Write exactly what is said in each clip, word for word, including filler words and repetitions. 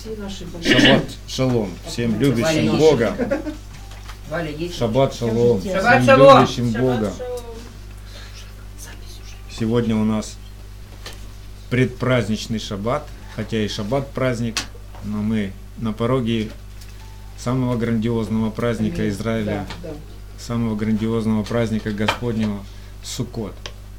Шаббат шалом всем любящим Бога. Шаббат шалом всем любящим Бога. Сегодня у нас предпраздничный шаббат, хотя и шаббат праздник, но мы на пороге самого грандиозного праздника Израиля, да, да. самого грандиозного праздника Господнего Суккот.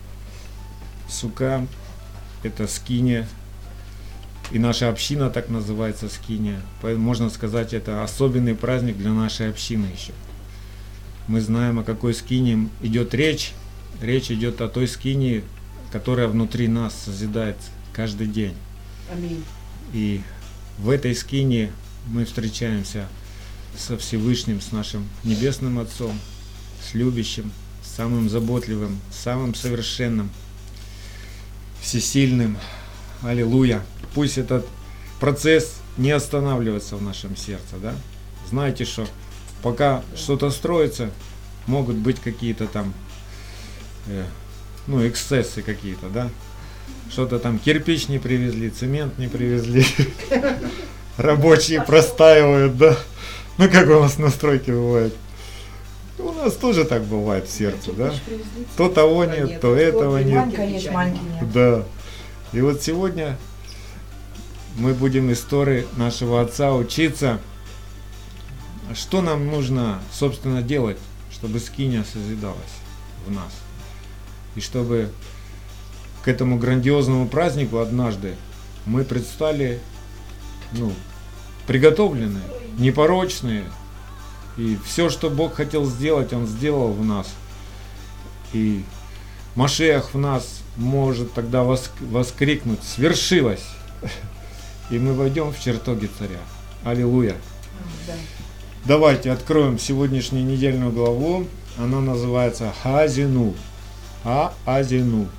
Сука – это скиния, и наша община так называется скиния. Можно сказать, это особенный праздник для нашей общины еще. Мы знаем, о какой скинии идет речь. Речь идет о той скинии, которая внутри нас созидается каждый день. Аминь. И в этой скинии мы встречаемся со Всевышним, с нашим Небесным Отцом, с любящим, самым заботливым, самым совершенным, всесильным. Аллилуйя! Пусть этот процесс не останавливается в нашем сердце, да? Знаете, что пока что-то строится, могут быть какие-то там э, ну, эксцессы какие-то, да? Что-то там кирпич не привезли, цемент не привезли, рабочие простаивают, да? Ну, как у нас на стройке бывает. У нас тоже так бывает в сердце, да? То того нет, то этого нет. Да. И вот сегодня мы будем из Торы нашего Отца учиться, что нам нужно, собственно, делать, чтобы скиния созидалась в нас. И чтобы к этому грандиозному празднику однажды мы предстали, ну, приготовленные, непорочные. И все, что Бог хотел сделать, Он сделал в нас. И Машиах в нас может тогда воскрикнуть: свершилось! И мы войдем в чертоги царя. Аллилуйя! Да. Давайте откроем сегодняшнюю недельную главу. Она называется Хаазину. Хаазину.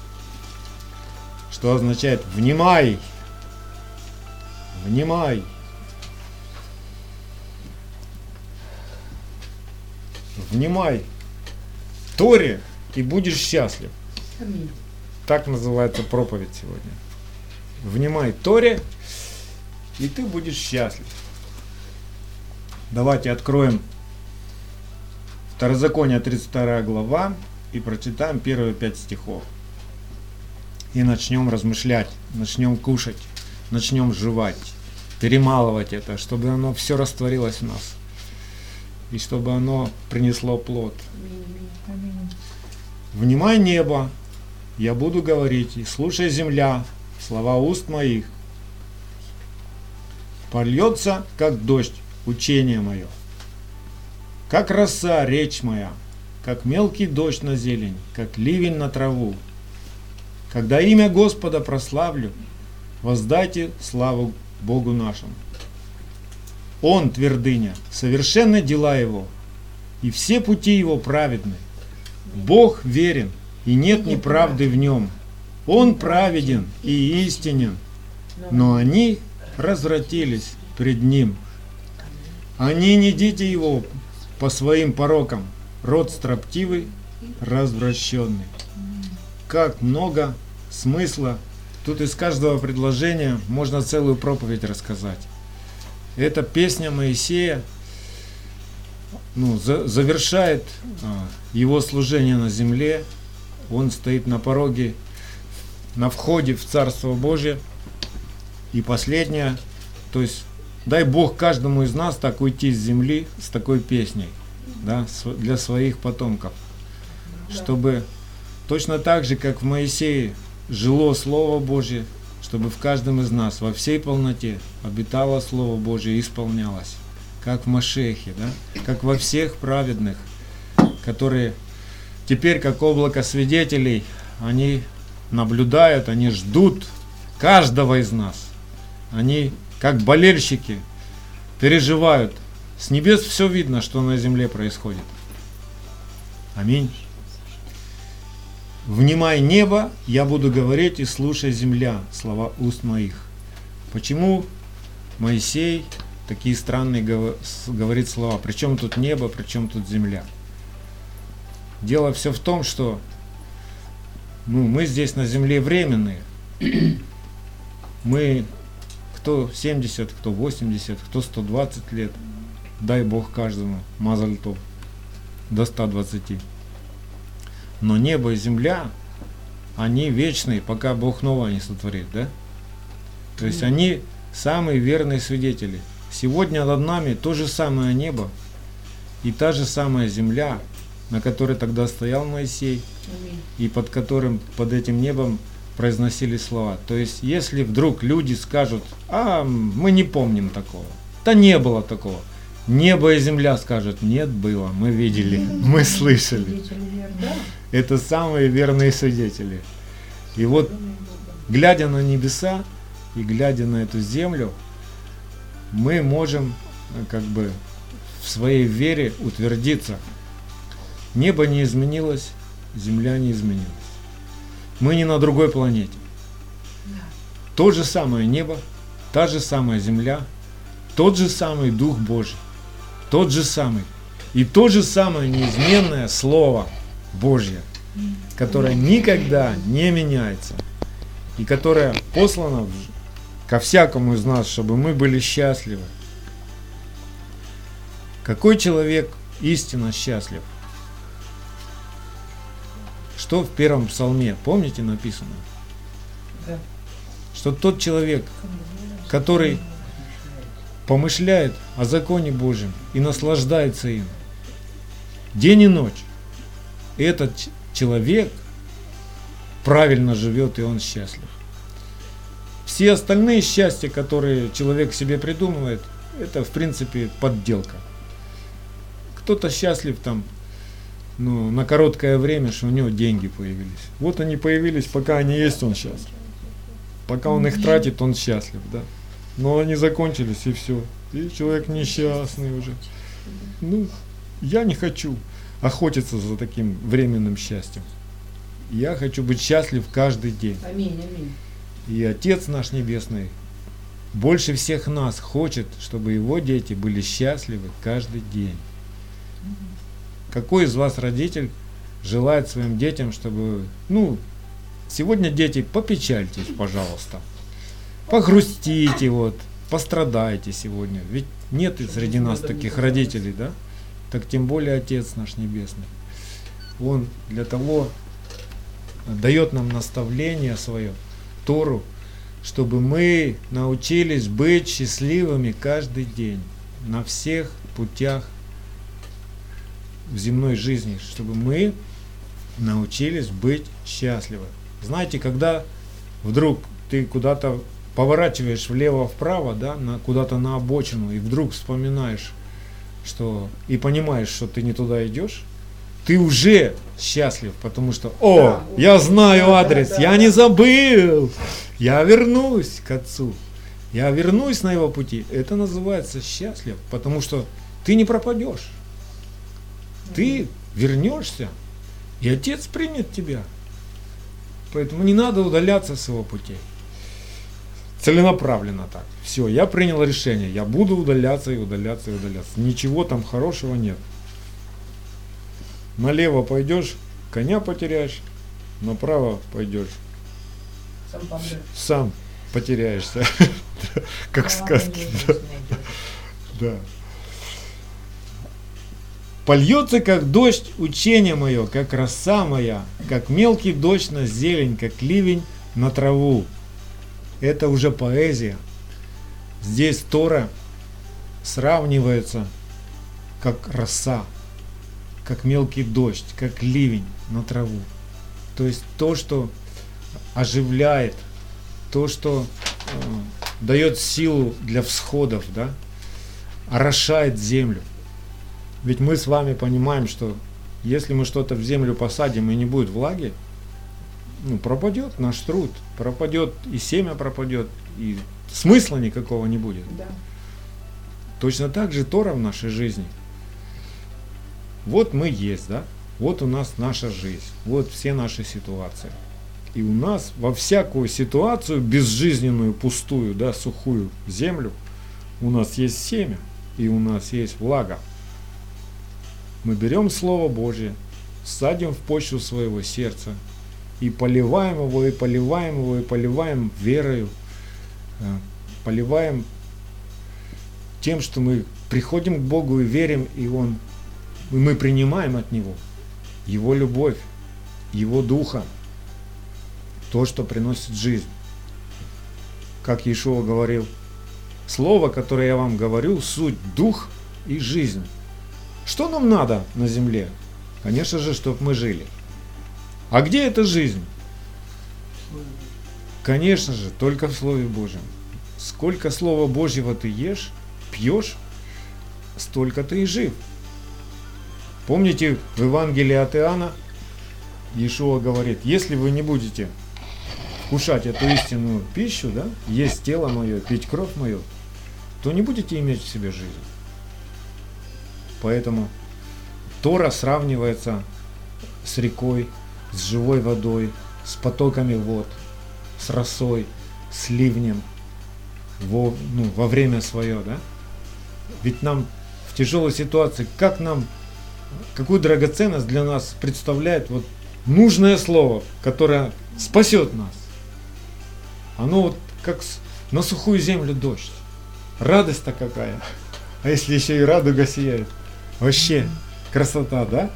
Что означает «внимай». Внимай. Внимай Торе, и будешь счастлив. Аминь. Так называется проповедь сегодня. Внимай Торе, и ты будешь счастлив. Давайте откроем Второзаконие, тридцать вторая глава, и прочитаем первые пять стихов. И начнем размышлять, начнем кушать, начнем жевать, перемалывать это, чтобы оно все растворилось в нас. И чтобы оно принесло плод. Внимай небо, я буду говорить, и слушай земля, слова уст моих. Польется, как дождь, учение мое, как роса, речь моя, как мелкий дождь на зелень, как ливень на траву. Когда имя Господа прославлю, воздайте славу Богу нашему. Он твердыня, совершенны дела его, и все пути его праведны. Бог верен, и нет неправды в нем. Он праведен и истинен, но они развратились пред ним. Они не дети его по своим порокам, род строптивый, развращенный. Как много смысла! Тут из каждого предложения можно целую проповедь рассказать. Эта песня Моисея, ну, за, завершает а, его служение на земле. Он стоит на пороге, на входе в Царство Божие. И последнее, то есть дай Бог каждому из нас так уйти с земли с такой песней, да, для своих потомков. Чтобы точно так же, как в Моисее жило Слово Божие, чтобы в каждом из нас во всей полноте обитало Слово Божие и исполнялось, как в Машиахе, да? Как во всех праведных, которые теперь, как облако свидетелей, они наблюдают, они ждут каждого из нас. Они, как болельщики, переживают. С небес все видно, что на земле происходит. Аминь. Внимай небо, я буду говорить, и слушай земля, слова уст моих. Почему Моисей такие странные говорит слова? Причем тут небо, причем тут земля? Дело все в том, что ну, мы здесь на земле временные. Мы кто семьдесят, кто восемьдесят, кто сто двадцать лет. Дай Бог каждому, мазаль тов, до ста двадцати. Но небо и земля, они вечные, пока Бог новое не сотворит, да? То есть они самые верные свидетели. Сегодня над нами то же самое небо и та же самая земля, на которой тогда стоял Моисей, и под которым, под этим небом произносили слова. То есть, если вдруг люди скажут: а мы не помним такого, да не было такого, небо и земля скажут: нет, было, мы видели, мы слышали. Это самые верные свидетели. И вот, глядя на небеса и глядя на эту землю, мы можем как бы в своей вере утвердиться. Небо не изменилось, земля не изменилась. Мы не на другой планете. То же самое небо, та же самая земля, тот же самый Дух Божий, тот же самый. И то же самое неизменное Слово Божье, которое никогда не меняется. И которое послано ко всякому из нас, чтобы мы были счастливы. Какой человек истинно счастлив? Что в первом псалме, помните, написано? Да. Что тот человек, который помышляет о законе Божьем и наслаждается им день и ночь, этот человек правильно живет, и он счастлив. Все остальные счастья, которые человек себе придумывает, это в принципе подделка. Кто-то счастлив там, ну, на короткое время, что у него деньги появились. Вот они появились, пока они есть, он счастлив. Пока он их тратит, он счастлив, да. Но они закончились, и все. И человек несчастный уже. Ну, я не хочу охотиться за таким временным счастьем. Я хочу быть счастлив каждый день. Аминь, аминь. И Отец наш Небесный больше всех нас хочет, чтобы Его дети были счастливы каждый день. Какой из вас родитель желает своим детям, чтобы, ну, сегодня дети, попечальтесь, пожалуйста, погрустите, вот, пострадайте сегодня. Ведь нет среди нас таких родителей, да? Так тем более Отец наш Небесный. Он для того дает нам наставление свое, Тору, чтобы мы научились быть счастливыми каждый день на всех путях в земной жизни, чтобы мы научились быть счастливы. Знаете, когда вдруг ты куда-то поворачиваешь влево-вправо, да, на, куда-то на обочину, и вдруг вспоминаешь, что и понимаешь, что ты не туда идешь, ты уже счастлив, потому что, о, да, я знаю да, адрес, да, да, я не забыл, я вернусь к Отцу, я вернусь на Его пути. Это называется счастлив, потому что ты не пропадешь. Ты вернешься, и Отец примет тебя. Поэтому не надо удаляться с Его путей. Целенаправленно так. Все, я принял решение, я буду удаляться и удаляться и удаляться. Ничего там хорошего нет. Налево пойдешь, коня потеряешь, направо пойдешь, сам, сам потеряешься. Как в сказке. Да. Польется, как дождь, учение мое, как роса моя, как мелкий дождь на зелень, как ливень на траву. Это уже поэзия. Здесь Тора сравнивается как роса, как мелкий дождь, как ливень на траву. То есть то, что оживляет, то, что э, дает силу для всходов, да, орошает землю. Ведь мы с вами понимаем, что если мы что-то в землю посадим и не будет влаги, ну, пропадет наш труд, пропадет и семя пропадет, и смысла никакого не будет. Да. Точно так же Тора в нашей жизни. Вот мы есть, да? Вот у нас наша жизнь, вот все наши ситуации. И у нас во всякую ситуацию безжизненную, пустую, да, сухую землю, у нас есть семя, и у нас есть влага. Мы берем Слово Божье, садим в почву своего сердца и поливаем его, и поливаем его, и поливаем верою, поливаем тем, что мы приходим к Богу и верим, и Он, и мы принимаем от Него Его любовь, Его Духа, то, что приносит жизнь. Как Иешуа говорил, слово, которое я вам говорю, суть дух и жизнь. Что нам надо на земле? Конечно же, чтобы мы жили. А где эта жизнь? Конечно же, только в Слове Божьем. Сколько Слова Божьего ты ешь, пьешь, столько ты и жив. Помните, в Евангелии от Иоанна Иешуа говорит, если вы не будете вкушать эту истинную пищу, да, есть тело мое, пить кровь мою, то не будете иметь в себе жизнь. Поэтому Тора сравнивается с рекой, с живой водой, с потоками вод, с росой, с ливнем во, ну, во время свое, да? Ведь нам в тяжелой ситуации, как нам, какую драгоценность для нас представляет вот нужное слово, которое спасет нас. Оно вот как на сухую землю дождь. Радость-то какая. А если еще и радуга сияет. Вообще красота, да?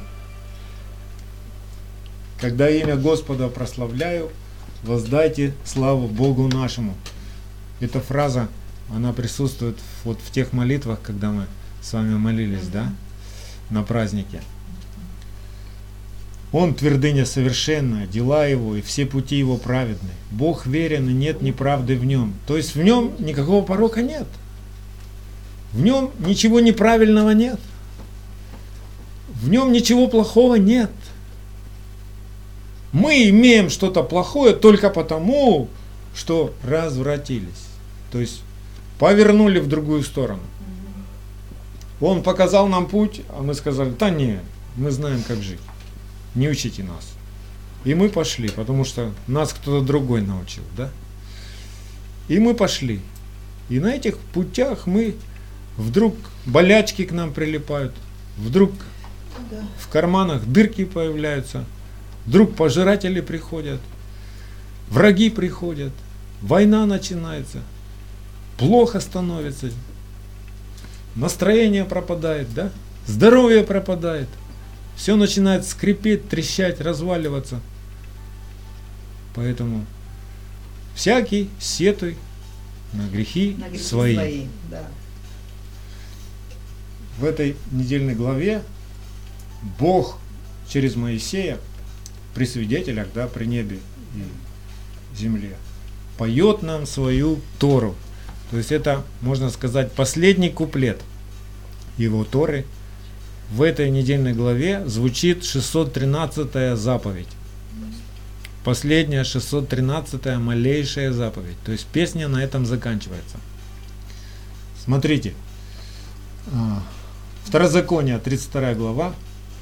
Когда имя Господа прославляю, воздайте славу Богу нашему. Эта фраза, она присутствует вот в тех молитвах, когда мы с вами молились, да, на празднике. Он твердыня совершенная, дела его и все пути его праведны. Бог верен и нет неправды в нем. То есть в нем никакого порока нет. В нем ничего неправильного нет. В нем ничего плохого нет. Мы имеем что-то плохое только потому, что развратились. То есть повернули в другую сторону. Он показал нам путь, а мы сказали, да не, мы знаем, как жить. Не учите нас. И мы пошли, потому что нас кто-то другой научил, да? И мы пошли. И на этих путях мы вдруг болячки к нам прилипают, вдруг да. в карманах дырки появляются, вдруг пожиратели приходят, враги приходят, война начинается, плохо становится, настроение пропадает, да? Здоровье пропадает. Все начинает скрипеть, трещать, разваливаться. Поэтому всякий сетуй на грехи, на грехи свои. свои да. В этой недельной главе Бог через Моисея при свидетелях, да, при небе и земле поет нам свою Тору. То есть это, можно сказать, последний куплет его Торы. В этой недельной главе звучит шестьсот тринадцатая заповедь. Последняя шестьсот тринадцатая малейшая заповедь. То есть песня на этом заканчивается. Смотрите. Второзаконие, тридцать вторая глава,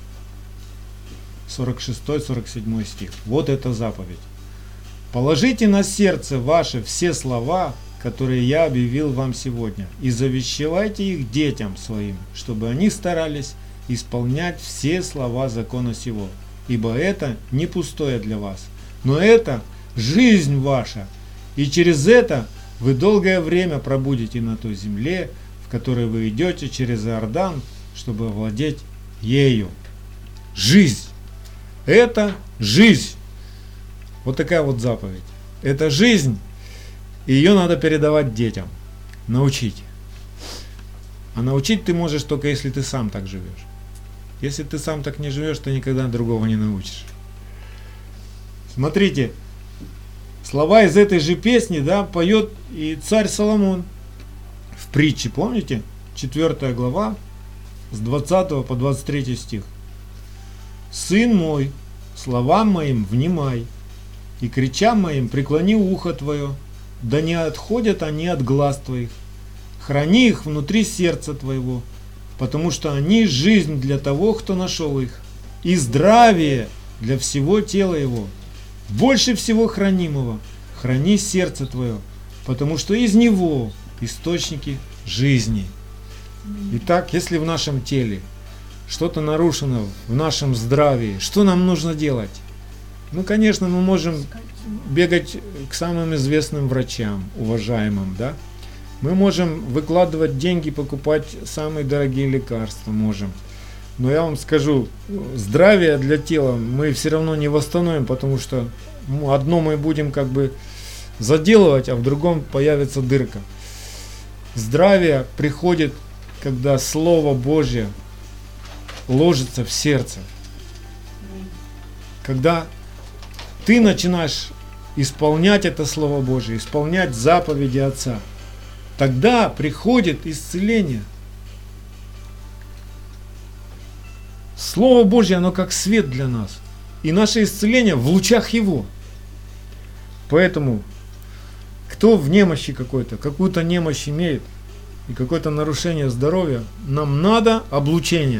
сорок шестой сорок седьмой стих. Вот эта заповедь. Положите на сердце ваше все слова, которые я объявил вам сегодня, и завещевайте их детям своим, чтобы они старались исполнять все слова закона сего, ибо это не пустое для вас, но это жизнь ваша, и через это вы долгое время пробудете на той земле, в которой вы идете через Иордан, чтобы овладеть ею. Жизнь. Это жизнь. Вот такая вот заповедь. Это жизнь, и ее надо передавать детям, научить. А научить ты можешь только если ты сам так живешь. Если ты сам так не живешь, ты никогда другого не научишь. Смотрите, слова из этой же песни, да, поет и царь Соломон в притче, помните? четвёртая глава, с двадцатого по двадцать третий стих. «Сын мой, словам моим внимай, и кричам моим преклони ухо твое, да не отходят они от глаз твоих. Храни их внутри сердца твоего, потому что они жизнь для того, кто нашел их, и здравие для всего тела его. Больше всего хранимого храни сердце твое, потому что из него источники жизни». Итак, если в нашем теле что-то нарушено, в нашем здравии, что нам нужно делать? Ну, конечно, мы можем бегать к самым известным врачам, уважаемым, да? Мы можем выкладывать деньги, покупать самые дорогие лекарства, можем. Но я вам скажу, здравие для тела мы все равно не восстановим, потому что ну, одно мы будем как бы заделывать, а в другом появится дырка. Здравие приходит, когда Слово Божье ложится в сердце. Когда ты начинаешь исполнять это Слово Божие, исполнять заповеди Отца, тогда приходит исцеление. Слово Божье, оно как свет для нас. И наше исцеление в лучах Его. Поэтому, кто в немощи какой-то, какую-то немощь имеет, и какое-то нарушение здоровья, нам надо облучение.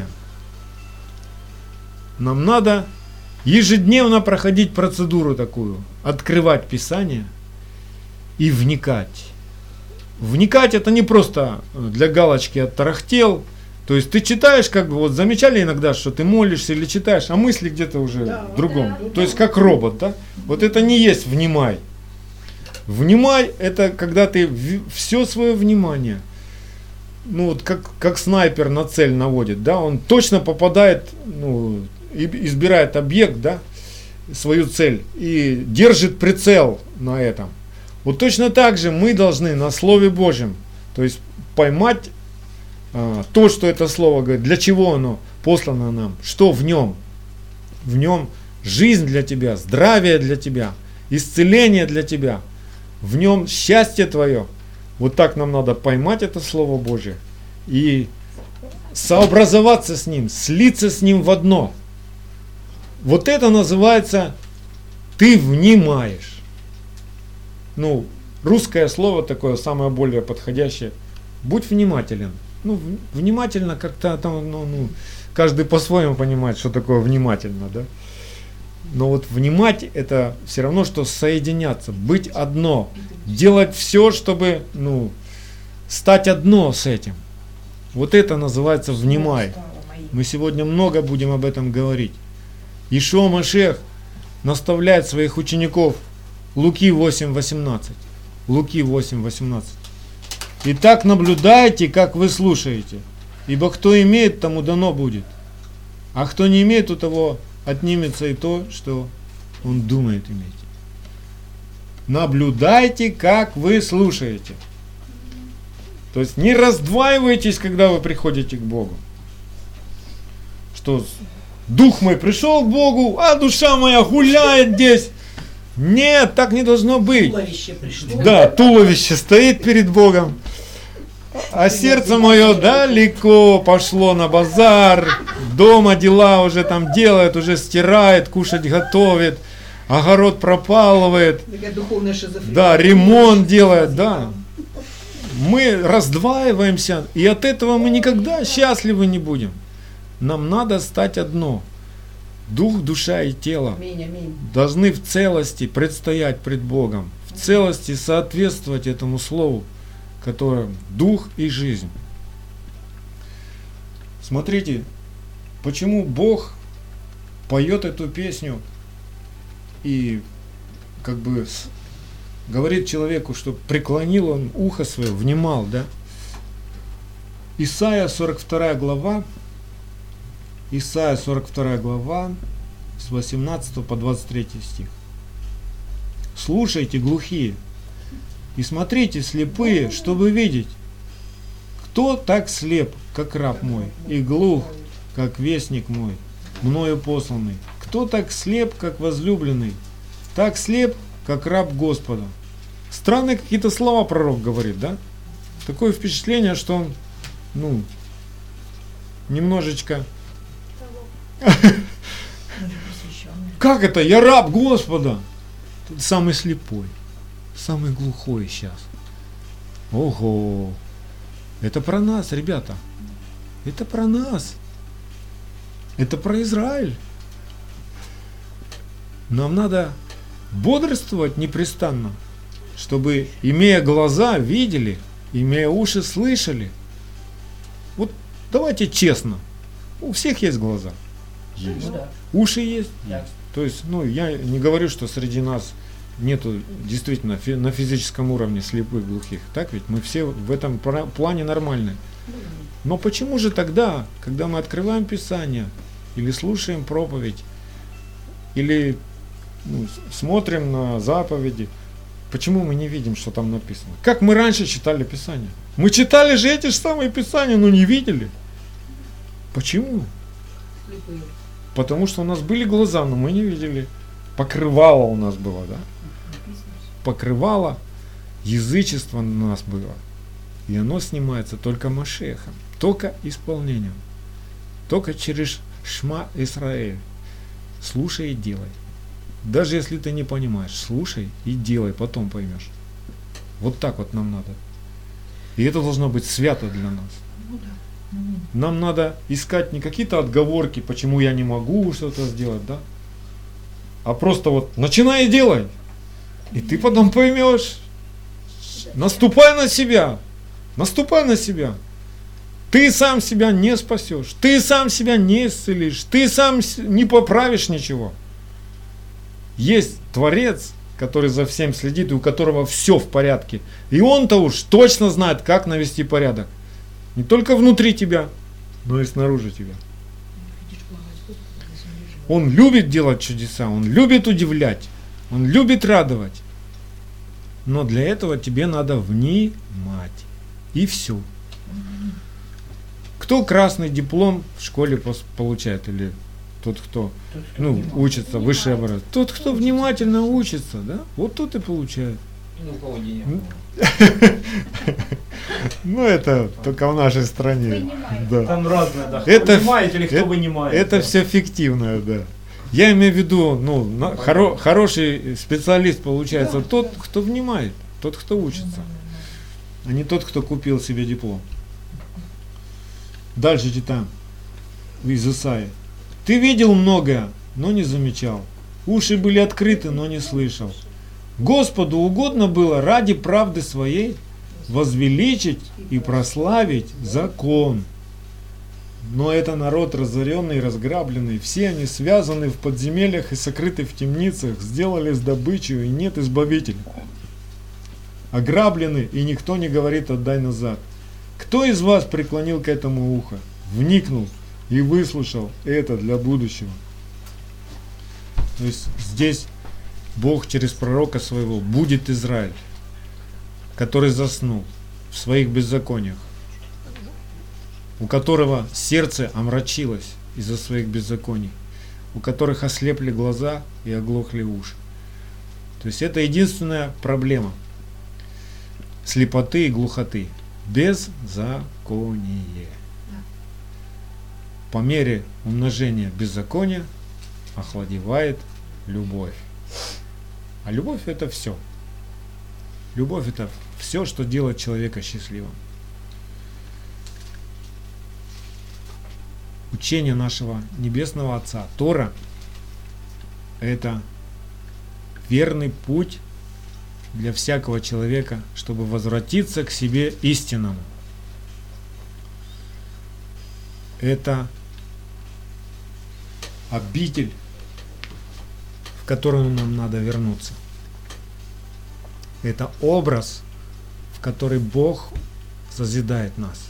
Нам надо ежедневно проходить процедуру такую, открывать Писание и вникать. Вникать это не просто для галочки оттарахтел. То есть ты читаешь, как бы, вот замечали иногда, что ты молишься или читаешь, а мысли где-то уже да, в другом. Да, То есть как робот, да? Вот это не есть внимай. Внимай это когда ты все свое внимание, ну вот как, как снайпер на цель наводит, да, он точно попадает, ну, избирает объект, да, свою цель и держит прицел на этом. Вот точно так же мы должны на Слове Божьем, то есть поймать а, то, что это Слово говорит, для чего оно послано нам, что в нем. В нем жизнь для тебя, здравие для тебя, исцеление для тебя, в нем счастье твое. Вот так нам надо поймать это Слово Божье и сообразоваться с ним, слиться с ним в одно. Вот это называется «ты внимаешь». Ну, русское слово такое, самое более подходящее. Будь внимателен. Ну, внимательно как-то там, ну, ну, каждый по-своему понимает, что такое внимательно, да? Но вот внимать это все равно, что соединяться, быть одно, делать все, чтобы, ну, стать одно с этим. Вот это называется внимай. Мы сегодня много будем об этом говорить. Иешуа Машиах наставляет своих учеников. Луки восемь восемнадцать. Луки восемь восемнадцать. Итак, наблюдайте, как вы слушаете, ибо кто имеет, тому дано будет, а кто не имеет, у того отнимется и то, что он думает иметь. Наблюдайте, как вы слушаете. То есть не раздваивайтесь, когда вы приходите к Богу. Что дух мой пришел к Богу, а душа моя гуляет здесь. Нет, так не должно быть. Туловище пришло. Да, туловище стоит перед Богом, а сердце мое далеко пошло на базар, дома дела уже там делает, уже стирает, кушать готовит, огород пропалывает, да, ремонт делает, да. Мы раздваиваемся, и от этого мы никогда счастливы не будем. Нам надо стать одно. Дух, душа и тело аминь, аминь. Должны в целости предстоять пред Богом, в целости соответствовать этому слову, которое дух и жизнь. Смотрите, почему Бог поет эту песню и как бы говорит человеку, что преклонил он ухо свое, внимал, да? Исайя сорок вторая глава, Исайя сорок вторая глава, с восемнадцатого по двадцать третий стих. Слушайте, глухие, и смотрите, слепые, чтобы видеть. Кто так слеп, как раб мой, и глух, как вестник мой, мною посланный? Кто так слеп, как возлюбленный, так слеп, как раб Господа? Странные какие-то слова пророк говорит, да? Такое впечатление, что он, ну, немножечко... Как это? Я раб Господа. Тут самый слепой, самый глухой сейчас. Ого! Это про нас, ребята. Это про нас. Это про Израиль. Нам надо бодрствовать непрестанно, чтобы, имея глаза, видели, имея уши, слышали. Вот давайте честно. У всех есть глаза. Есть. Ну, да. Уши есть? Да. Есть. То есть, ну, я не говорю, что среди нас нету действительно фи- на физическом уровне слепых, глухих. Так ведь? Мы все в этом пра- плане нормальны. Но почему же тогда, когда мы открываем Писание, или слушаем проповедь, или ну, смотрим на заповеди, почему мы не видим, что там написано? Как мы раньше читали Писание? Мы читали же эти же самые Писания, но не видели. Почему? Слепые. Потому что у нас были глаза, но мы не видели. Покрывало у нас было, да? Покрывало, язычество на нас было. И оно снимается только Машехом, только исполнением, только через Шма Исраэль. Слушай и делай. Даже если ты не понимаешь, слушай и делай, потом поймешь. Вот так вот нам надо. И это должно быть свято для нас. Ну да. Нам надо искать не какие-то отговорки, почему я не могу что-то сделать, да? А просто вот начинай и делай. И ты потом поймешь. Наступай на себя. Наступай на себя. Ты сам себя не спасешь. Ты сам себя не исцелишь. Ты сам не поправишь ничего. Есть Творец, который за всем следит, и у которого все в порядке. И он-то уж точно знает, как навести порядок. Не только внутри тебя, но и снаружи тебя. Он любит делать чудеса, он любит удивлять, он любит радовать. Но для этого тебе надо внимать. И все. Кто красный диплом в школе получает? Или тот, кто, Тот, кто ну, внимательно. учится, высшее образование? Тот, кто внимательно учится, да? Вот тот и получает. Ну, у кого денег. Ну, это только в нашей стране. Да. Там разное, да. Кто Это, вынимает или кто это, вынимает. это да. все фиктивное, да. Я имею в виду, ну, на- хоро- хороший специалист получается тот, кто внимает, тот, кто учится, а не тот, кто купил себе диплом. Дальше читаем из Исаии. Ты видел многое, но не замечал. Уши были открыты, но не слышал. Господу угодно было ради правды своей возвеличить и прославить закон. Но это народ разоренный и разграбленный, все они связаны в подземельях и сокрыты в темницах, сделались добычей, и нет избавителя. Ограблены, и никто не говорит «отдай назад». Кто из вас преклонил к этому ухо, вникнул и выслушал это для будущего? То есть здесь Бог через пророка своего будет Израиль, который заснул в своих беззакониях, у которого сердце омрачилось из-за своих беззаконий, у которых ослепли глаза и оглохли уши. То есть это единственная проблема слепоты и глухоты. Беззаконие. По мере умножения беззакония охладевает любовь. А любовь это все. Любовь это все, что делает человека счастливым. Учение нашего Небесного Отца, Тора, это верный путь для всякого человека, чтобы возвратиться к себе истинному. Это обитель, в которую нам надо вернуться. Это образ, в который Бог созидает нас.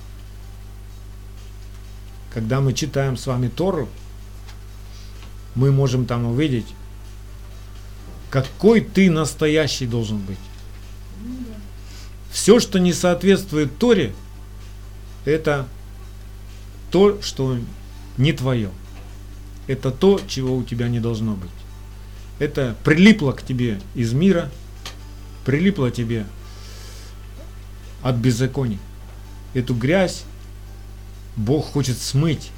Когда мы читаем с вами Тору, мы можем там увидеть, какой ты настоящий должен быть. Все, что не соответствует Торе, это то, что не твое. Это то, чего у тебя не должно быть. Это прилипло к тебе из мира, прилипло тебе от беззаконий. Эту грязь Бог хочет смыть,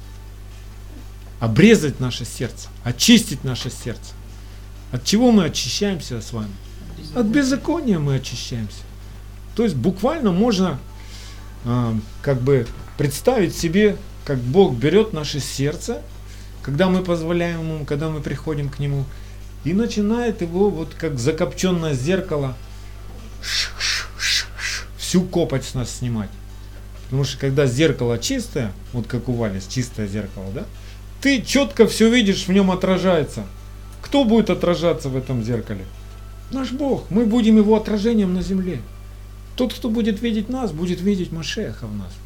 обрезать наше сердце, очистить наше сердце. От чего мы очищаемся с вами? От беззакония мы очищаемся. То есть буквально можно э, как бы представить себе, как Бог берет наше сердце, когда мы позволяем Ему, когда мы приходим к Нему, и начинает его вот как закопченное зеркало всю копоть с нас снимать. Потому что когда зеркало чистое, вот как у Вали, чистое зеркало, да, ты четко все видишь, в нем отражается. Кто будет отражаться в этом зеркале? Наш Бог. Мы будем Его отражением на земле. Тот, кто будет видеть нас, будет видеть Машеха в нас.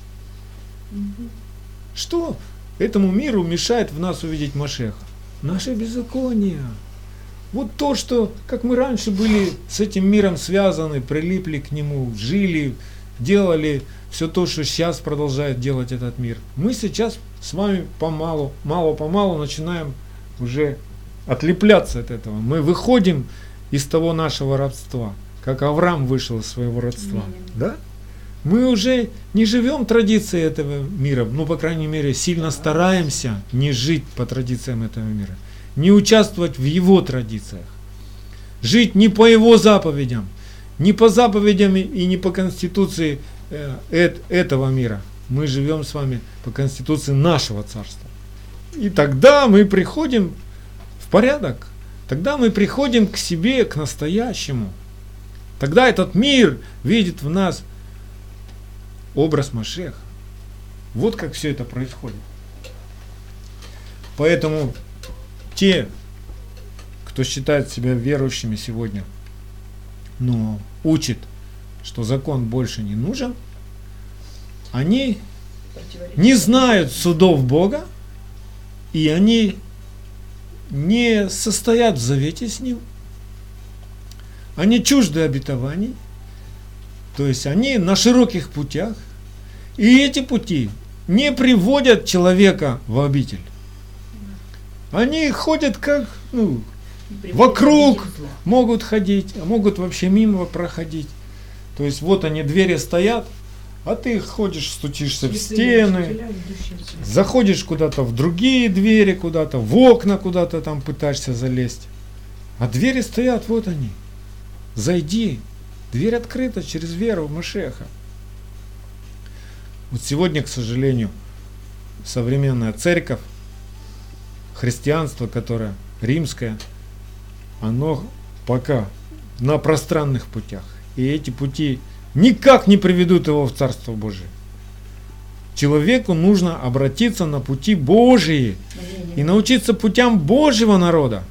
Что этому миру мешает в нас увидеть Машеха? Наше беззаконие. Вот то, что, как мы раньше были с этим миром связаны, прилипли к нему, жили, делали все то, что сейчас продолжает делать этот мир. Мы сейчас с вами помалу, мало-помалу начинаем уже отлепляться от этого. Мы выходим из того нашего рабства, как Авраам вышел из своего родства. Да? Мы уже не живем традицией этого мира, ну, по крайней мере, сильно стараемся не жить по традициям этого мира, не участвовать в его традициях, жить не по его заповедям, не по заповедям и не по конституции э, этого мира. Мы живем с вами по конституции нашего царства. И тогда мы приходим в порядок, тогда мы приходим к себе, к настоящему. Тогда этот мир видит в нас образ Машеха. Вот как все это происходит. Поэтому те, кто считает себя верующими сегодня, но учит, что закон больше не нужен, они не знают судов Бога, и они не состоят в завете с Ним. Они чужды обетований, то есть они на широких путях, и эти пути не приводят человека в обитель. Они ходят как, ну, вокруг, могут ходить, а могут вообще мимо проходить. То есть вот они, двери стоят, а ты ходишь, стучишься в стены, заходишь куда-то в другие двери, куда-то в окна, куда-то там пытаешься залезть. А двери стоят, вот они. Зайди. Дверь открыта через веру в Машеха. Вот сегодня, к сожалению, современная церковь, христианство, которое римское, оно пока на пространных путях. И эти пути никак не приведут его в Царство Божие. Человеку нужно обратиться на пути Божии и научиться путям Божьего народа.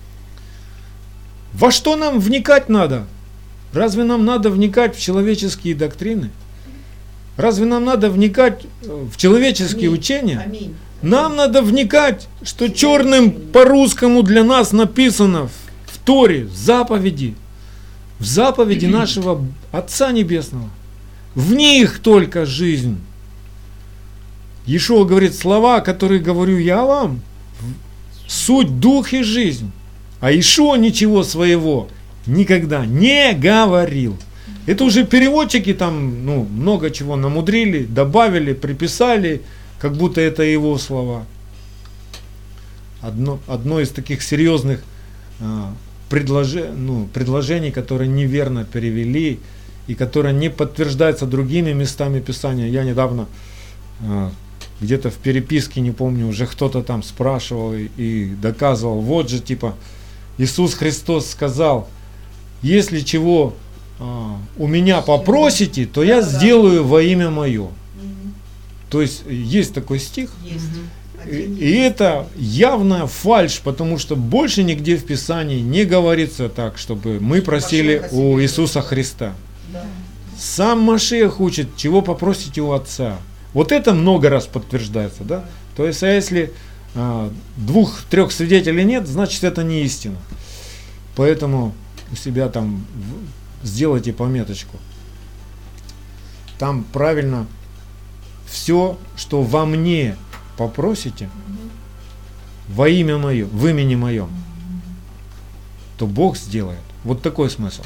Во что нам вникать надо? Разве нам надо вникать в человеческие доктрины? Разве нам надо вникать в человеческие Аминь. Учения? Аминь. Нам надо вникать, что черным по-русскому для нас написано в Торе, в заповеди, в заповеди нашего Отца Небесного. В них только жизнь. Иешуа говорит, слова, которые говорю я вам, суть, дух и жизнь. А Иешуа ничего своего никогда не говорил. Это уже переводчики там, ну, много чего намудрили, добавили, приписали, как будто это его слова. Одно, одно из таких серьезных а, предложений, ну, предложений, которые неверно перевели и которое не подтверждается другими местами Писания. Я недавно а, где-то в переписке, не помню, уже кто-то там спрашивал и, и доказывал. Вот же, типа, Иисус Христос сказал, если чего а, у меня попросите, то я сделаю во имя мое. То есть есть такой стих, Есть. и, и это явная фальшь, потому что больше нигде в Писании не говорится так, чтобы мы просили у Иисуса Христа. Да. Сам Машиах учит, чего попросите у Отца. Вот это много раз подтверждается, да? То есть, а если а, двух-трех свидетелей нет, значит это не истина. Поэтому у себя там сделайте пометочку. Там правильно все, что во мне попросите, во имя мое, в имени моем, то Бог сделает. Вот такой смысл.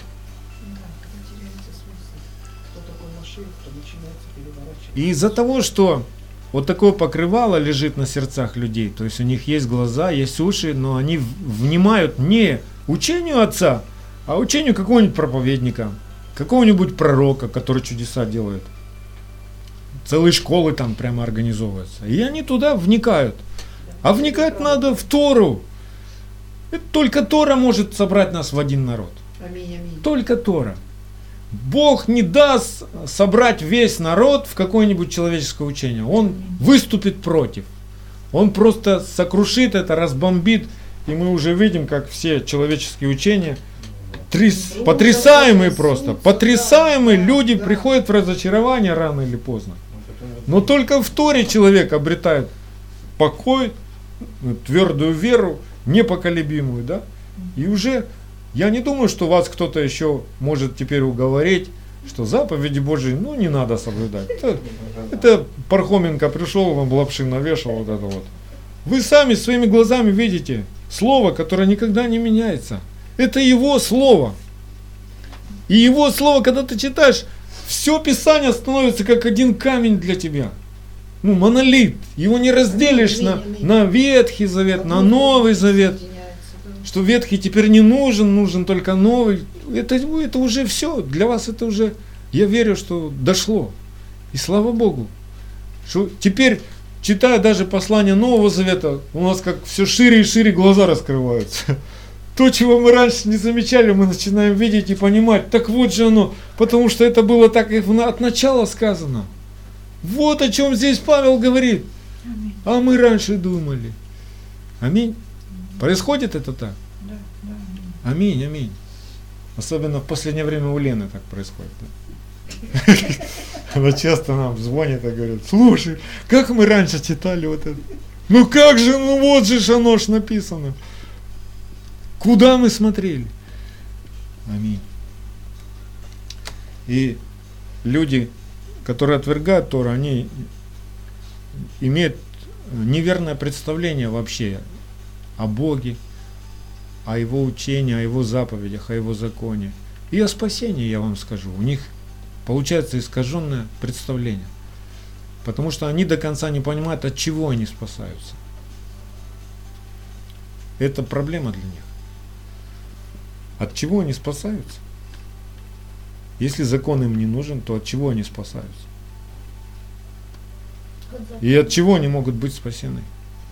И из-за того, что вот такое покрывало лежит на сердцах людей, то есть у них есть глаза, есть уши, но они внимают не учению Отца, а учению какого-нибудь проповедника, какого-нибудь пророка, который чудеса делает. Целые школы там прямо организовываются. И они туда вникают. А вникать надо в Тору. Это только Тора может собрать нас в один народ. Аминь, аминь. Только Тора. Бог не даст собрать весь народ в какое-нибудь человеческое учение. Он выступит против. Он просто сокрушит это, разбомбит и мы уже видим, как все человеческие учения, тряс, потрясаемые просто, потрясаемые люди приходят в разочарование рано или поздно. Но только в Торе человек обретает покой, твердую веру, непоколебимую, да? И уже, я не думаю, что вас кто-то еще может теперь уговорить, что заповеди Божьи, ну, не надо соблюдать. Это, это Пархоменко пришел, вам лапши навешал, вот это вот. Вы сами своими глазами видите слово, которое никогда не меняется. Это его слово. И его слово, когда ты читаешь, все Писание становится как один камень для тебя. Ну, монолит. Его не разделишь на, на Ветхий Завет, на Новый Завет. Что Ветхий теперь не нужен, нужен только Новый. Это, это уже все. Для вас это уже, я верю, что дошло. И слава Богу. Что теперь, читая даже послание Нового Завета, у нас как все шире и шире глаза раскрываются. То, чего мы раньше не замечали, мы начинаем видеть и понимать. Так вот же оно, потому что это было так и от начала сказано. Вот о чем здесь Павел говорит. Аминь. А мы раньше думали. Аминь. Происходит это так? Да, да, Аминь, аминь. Особенно в последнее время у Лены так происходит. Да? Она часто нам звонит и говорит: слушай, как мы раньше читали вот это? Ну как же, ну вот же ж оно ж написано. Куда мы смотрели? Аминь. И люди, которые отвергают Тору, они имеют неверное представление вообще о Боге, о Его учении, о Его заповедях, о Его законе. И о спасении, я вам скажу. У них получается искаженное представление. Потому что они до конца не понимают, от чего они спасаются. Это проблема для них. От чего они спасаются? Если закон им не нужен, то от чего они спасаются? И от чего они могут быть спасены?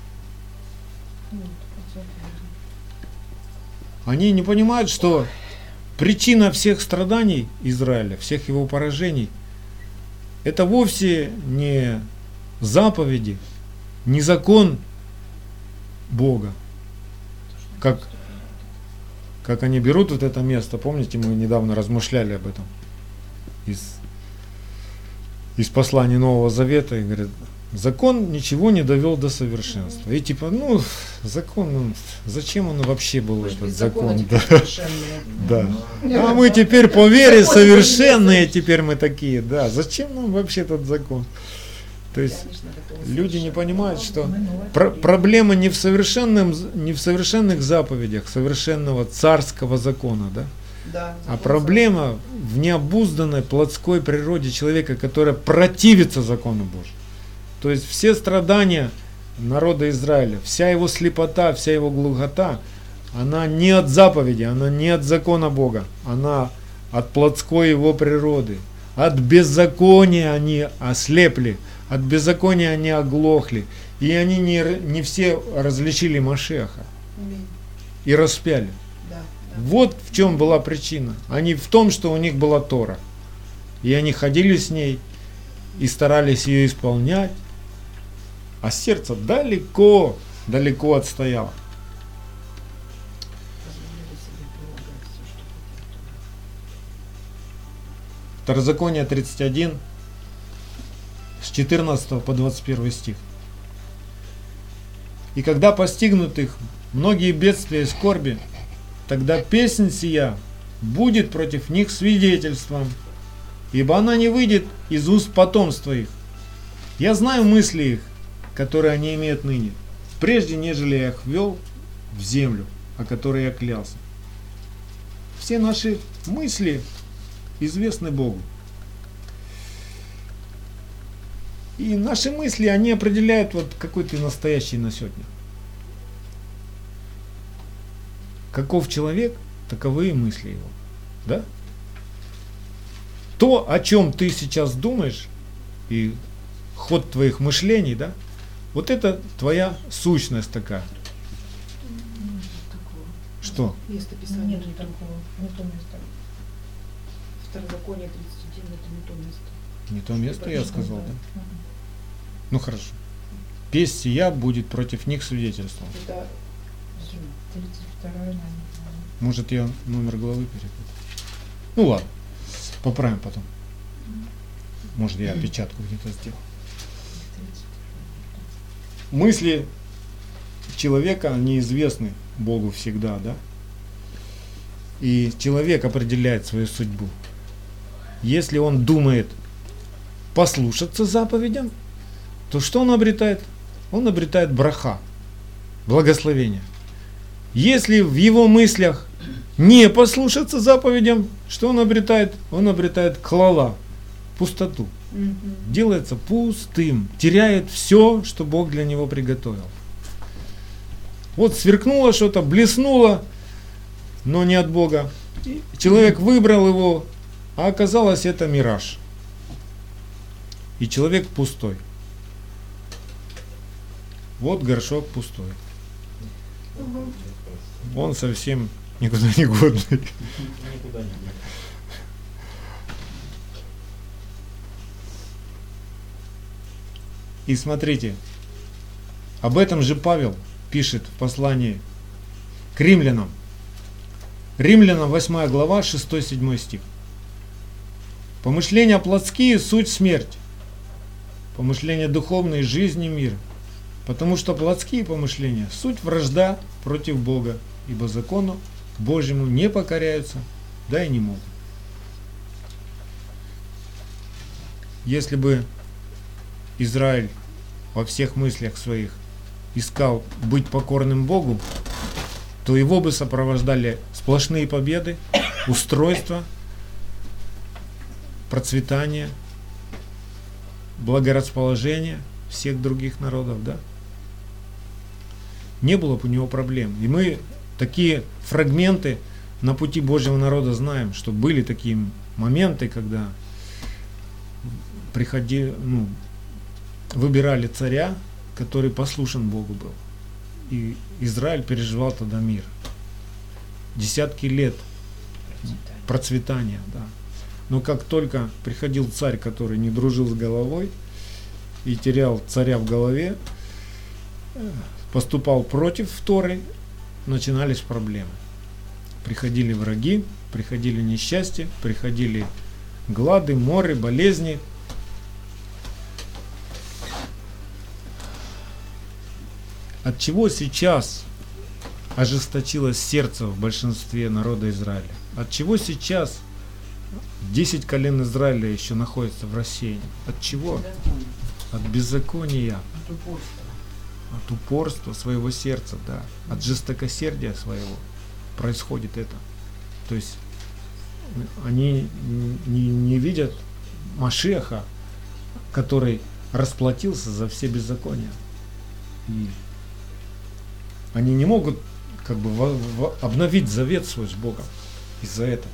Они не понимают, что причина всех страданий Израиля, всех его поражений, это вовсе не заповеди, не закон Бога. Как, как они берут вот это место, помните, мы недавно размышляли об этом, из, из послания Нового Завета, и говорят, закон ничего не довел до совершенства. И типа, ну, закон, ну, зачем он вообще был, Может этот быть, закон? законы Да. теперь совершенные. Да. А мы теперь по вере совершенные, теперь мы такие, да. Зачем нам вообще этот закон? То есть люди не понимают, что про- проблема не в, совершенном, не в совершенных заповедях совершенного царского закона, да? Да, А проблема в необузданной плотской природе человека, которая противится закону Божьему. То есть все страдания народа Израиля, вся его слепота, вся его глухота, она не от заповеди, она не от закона Бога, она от плотской его природы. От беззакония они ослепли, от беззакония они оглохли, и они не, не все различили Машеха и распяли. Да, да. Вот в чем была причина. Они в том, что у них была Тора. И они ходили с ней и старались ее исполнять, а сердце далеко, далеко отстояло. Второзаконие тридцать один, с четырнадцатого по двадцать первый стих. И когда постигнут их многие бедствия и скорби, тогда песнь сия будет против них свидетельством, ибо она не выйдет из уст потомства их. Я знаю мысли их, которые они имеют ныне, прежде нежели я их ввел в землю, о которой я клялся. Все наши мысли известны Богу. И наши мысли, они определяют, вот какой ты настоящий на сегодня. Каков человек, таковы и мысли его. Да? То, о чем ты сейчас думаешь, и ход твоих мышлений, да, вот это твоя сущность такая. Нет такого. Что? Место Писания. Нет такого, не то место. Второзаконие тридцать один, это не то место. Не то место я сказал, да? Мгм. Ну хорошо. Песнь сия будет против них свидетельством. Это тридцать второй номер. Может, я номер главы перепутал. Ну ладно, поправим потом. Может, я опечатку где-то сделал. Мысли человека, они известны Богу всегда, да? И человек определяет свою судьбу. Если он думает послушаться заповедям, то что он обретает? Он обретает браха, благословение. Если в его мыслях не послушаться заповедям, что он обретает? Он обретает клала, пустоту. Делается пустым, теряет все, что Бог для него приготовил. Вот сверкнуло что-то, блеснуло, но не от Бога. Человек выбрал его, а оказалось это мираж. И человек пустой. Вот горшок пустой. Он совсем никуда не годный. Никуда не годный. И смотрите, об этом же Павел пишет в послании к римлянам. Римлянам восьмая глава, шестой-седьмой стих. Помышления плотские – суть смерть. Помышления духовные – жизнь и мир. Потому что плотские помышления – суть вражда против Бога, ибо закону Божьему не покоряются, да и не могут. Если бы Израиль во всех мыслях своих искал быть покорным Богу, то его бы сопровождали сплошные победы, устройство, процветание, благорасположение всех других народов, да? Не было бы у него проблем. И мы такие фрагменты на пути Божьего народа знаем, что были такие моменты, когда приходили, ну, выбирали царя, который послушен Богу был. И Израиль переживал тогда мир. Десятки лет процветания, да. Но как только приходил царь, который не дружил с головой и терял царя в голове, поступал против Торы, начинались проблемы. Приходили враги, приходили несчастья, приходили глады, моры, болезни. От чего сейчас ожесточилось сердце в большинстве народа Израиля? От чего сейчас десять колен Израиля еще находятся в рассеянии? От чего? От беззакония, От упорства. от упорства своего сердца, да, от жестокосердия своего происходит это. То есть они не, не видят Машеха, который расплатился за все беззакония. И они не могут как бы во, во, обновить завет свой с Богом из-за этого.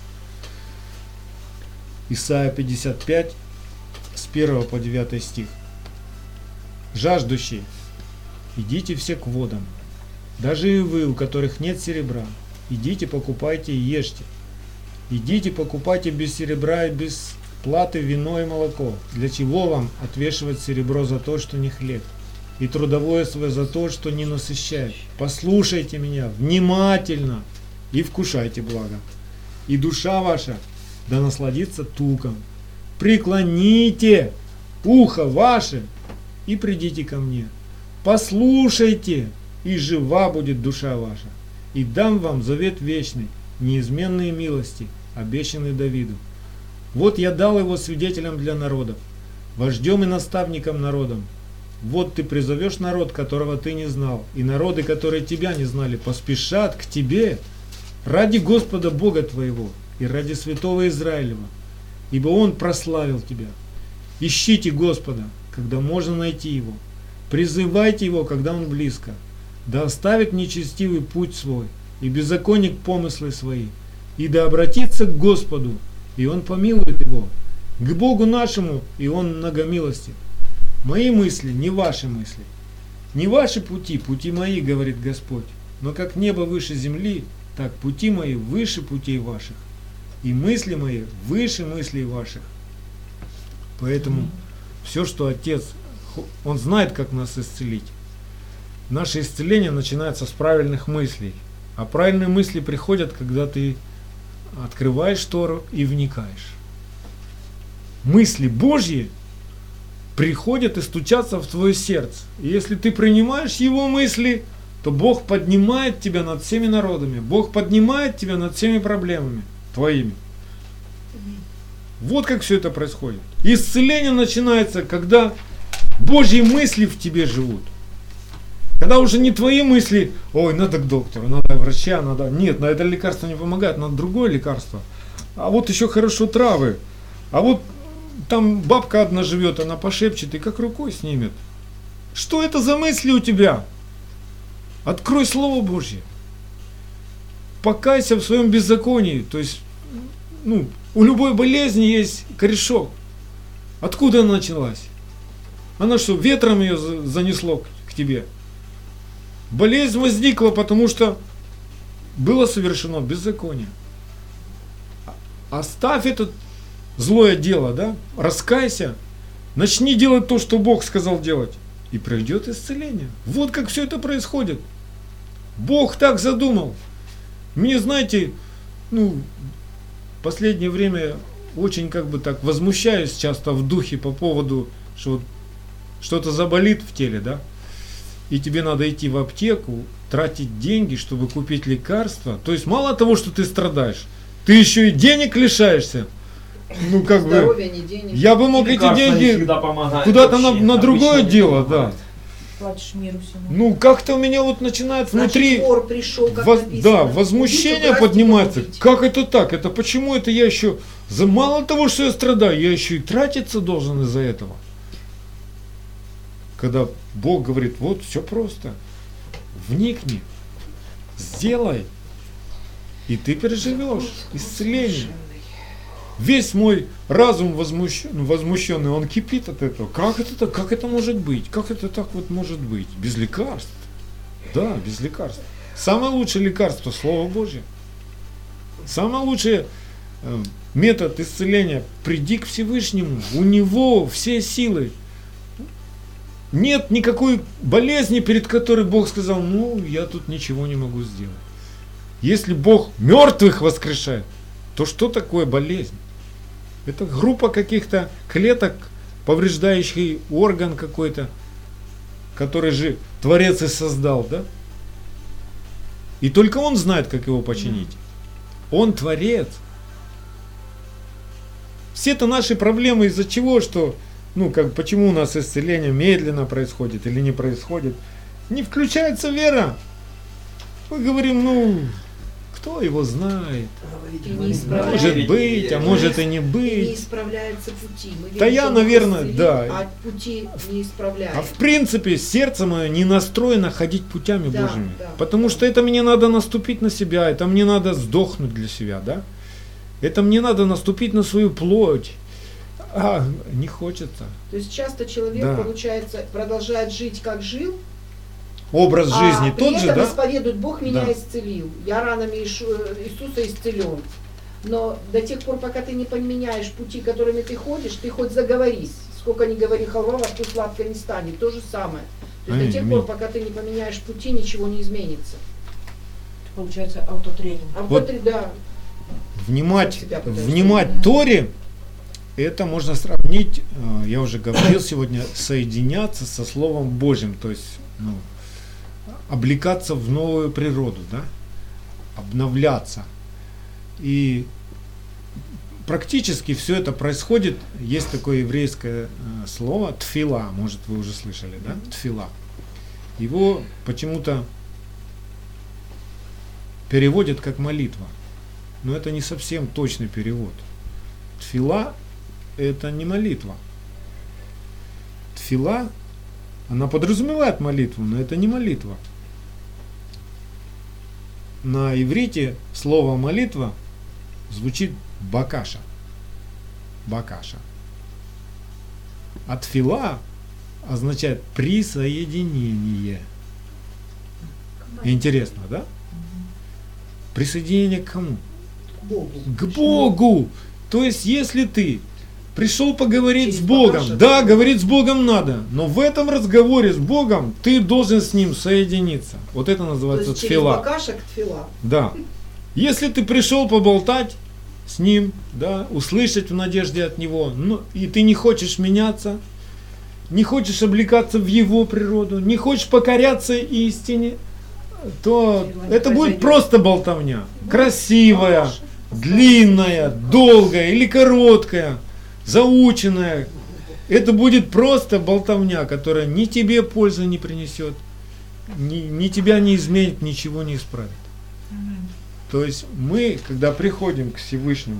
Исайя пятьдесят пять, с первого по девятый стих. Жаждущие, идите все к водам, даже и вы, у которых нет серебра, идите покупайте и ешьте. Идите покупайте без серебра и без платы вино и молоко. Для чего вам отвешивать серебро за то, что не хлеб? И трудовое свое за то, что не насыщает. Послушайте меня внимательно и вкушайте благо. И душа ваша да насладится туком. Преклоните ухо ваше и придите ко мне. Послушайте, и жива будет душа ваша. И дам вам завет вечный, неизменные милости, обещанные Давиду. Вот я дал его свидетелем для народов, вождем и наставником народом. Вот ты призовешь народ, которого ты не знал, и народы, которые тебя не знали, поспешат к тебе ради Господа Бога твоего и ради святого Израилева, ибо Он прославил тебя. Ищите Господа, когда можно найти Его. Призывайте Его, когда Он близко. Да оставит нечестивый путь свой, и беззаконник помыслы свои, и да обратится к Господу, и Он помилует его, к Богу нашему, и Он многомилостив. Мои мысли не ваши мысли, не ваши пути, пути мои, говорит Господь. Но как небо выше земли, так пути мои выше путей ваших, и мысли мои выше мыслей ваших. Поэтому все, что Отец, Он знает, как нас исцелить. наше исцеление начинается с правильных мыслей. А правильные мысли приходят, когда ты открываешь Тору и вникаешь. Мысли Божьи приходят и стучатся в твое сердце. И если ты принимаешь Его мысли, то Бог поднимает тебя над всеми народами. Бог поднимает тебя над всеми проблемами твоими. Вот как все это происходит. Исцеление начинается, когда Божьи мысли в тебе живут. Когда уже не твои мысли, ой, надо к доктору, надо врача, надо... Нет, на это лекарство не помогает, надо другое лекарство. А вот еще хорошо травы. А вот там бабка одна живет, она пошепчет и как рукой снимет. Что это за мысли у тебя? Открой Слово Божье. Покайся в своем беззаконии. То есть, ну, у любой болезни есть корешок. Откуда она началась? Она что, ветром ее занесло к тебе? Болезнь возникла, потому что было совершено беззаконие. Оставь это злое дело, да? Раскайся, начни делать то, что Бог сказал делать, и придет исцеление. Вот как все это происходит. Бог так задумал. Мне, знаете, ну, в последнее время очень как бы так возмущаюсь часто в духе по поводу, что вот что-то заболит в теле, да? И тебе надо идти в аптеку, тратить деньги, чтобы купить лекарства. То есть мало того, что ты страдаешь, ты еще и денег лишаешься. Ну как Здоровья, бы, не денег. я бы мог эти Лекарства не деньги всегда помогают куда-то на, вообще. на другое Обычно не дело, да. помогают. Платишь миру всему. Ну как-то у меня вот начинает Значит, внутри, вор пришел, как воз- написано. да, Убить, возмущение украсть и поднимается. погубить. Как это так? Это почему это я еще, за мало того, что я страдаю, я еще и тратиться должен из-за этого. Когда Бог говорит, вот все просто. Вникни, сделай, и ты переживешь исцеление. Весь мой разум возмущенный, возмущенный, он кипит от этого. Как это так? Как это может быть? Как это так вот может быть? Без лекарств? Да, без лекарств. Самое лучшее лекарство — Слово Божье. Самый лучший э, метод исцеления — приди к Всевышнему. У Него все силы. Нет никакой болезни, перед которой Бог сказал, ну, я тут ничего не могу сделать. Если Бог мертвых воскрешает, то что такое болезнь? Это группа каких-то клеток, повреждающих орган какой-то, который же Творец и создал, да? И только Он знает, как его починить. Он Творец. Все-то наши проблемы из-за чего, что, ну, как, почему у нас исцеление медленно происходит или не происходит? Не включается вера. Мы говорим, ну, кто его знает? И не исправляется. Может быть, а может и не И не быть. исправляются пути. Мы видим, Да я, что Бог наверное, исцелил, да. А пути не исправляются. А в принципе, сердце мое не настроено ходить путями Да, Божьими. да, Потому да. что это мне надо наступить на себя, это мне надо сдохнуть для себя, да? Это мне надо наступить на свою плоть. А, не хочется. То есть часто человек, Да. получается, продолжает жить, как жил, Образ а жизни при тот же, этом да? исповедует, Бог меня Да. исцелил. Я ранами Ишу- Иисуса исцелен. Но до тех пор, пока ты не поменяешь пути, которыми ты ходишь, ты хоть заговорись. Сколько ни говори халва, во рту сладко не станет. То же самое. То есть Аминь, до тех аминь. пор, пока ты не поменяешь пути, ничего не изменится. Получается автотренинг. А Вот. вот, да, Внимать, себя пытаюсь внимать понять. Торе, это можно сравнить, э, я уже говорил сегодня, соединяться со Словом Божьим, то есть, ну, облекаться в новую природу, да? Обновляться. И практически все это происходит, есть такое еврейское э, слово тфила, может вы уже слышали, да? Тфила. Его почему-то переводят как молитва, но это не совсем точный перевод. Тфила — это не молитва. Тфила, она подразумевает молитву, но это не молитва. На иврите слово молитва звучит бакаша. Бакаша. А тфила означает присоединение. Интересно, да? Присоединение к кому? к Богу. К Богу! То есть, если ты Пришел поговорить Через с Богом. покаша, Да, да. говорить с Богом надо. Но в этом разговоре с Богом ты должен с Ним соединиться. Вот это То называется есть через тфила. бакашек тфила. Да. Если ты пришел поболтать с Ним, да, услышать в надежде от Него, ну, и ты не хочешь меняться, не хочешь облекаться в Его природу, не хочешь покоряться истине, то Ничего не это будет произойдет. просто болтовня. Красивая, длинная, долгая или короткая, заученная. Это будет просто болтовня, которая ни тебе пользы не принесет, ни, ни тебя не изменит, ничего не исправит. То есть мы, когда приходим к Всевышнему,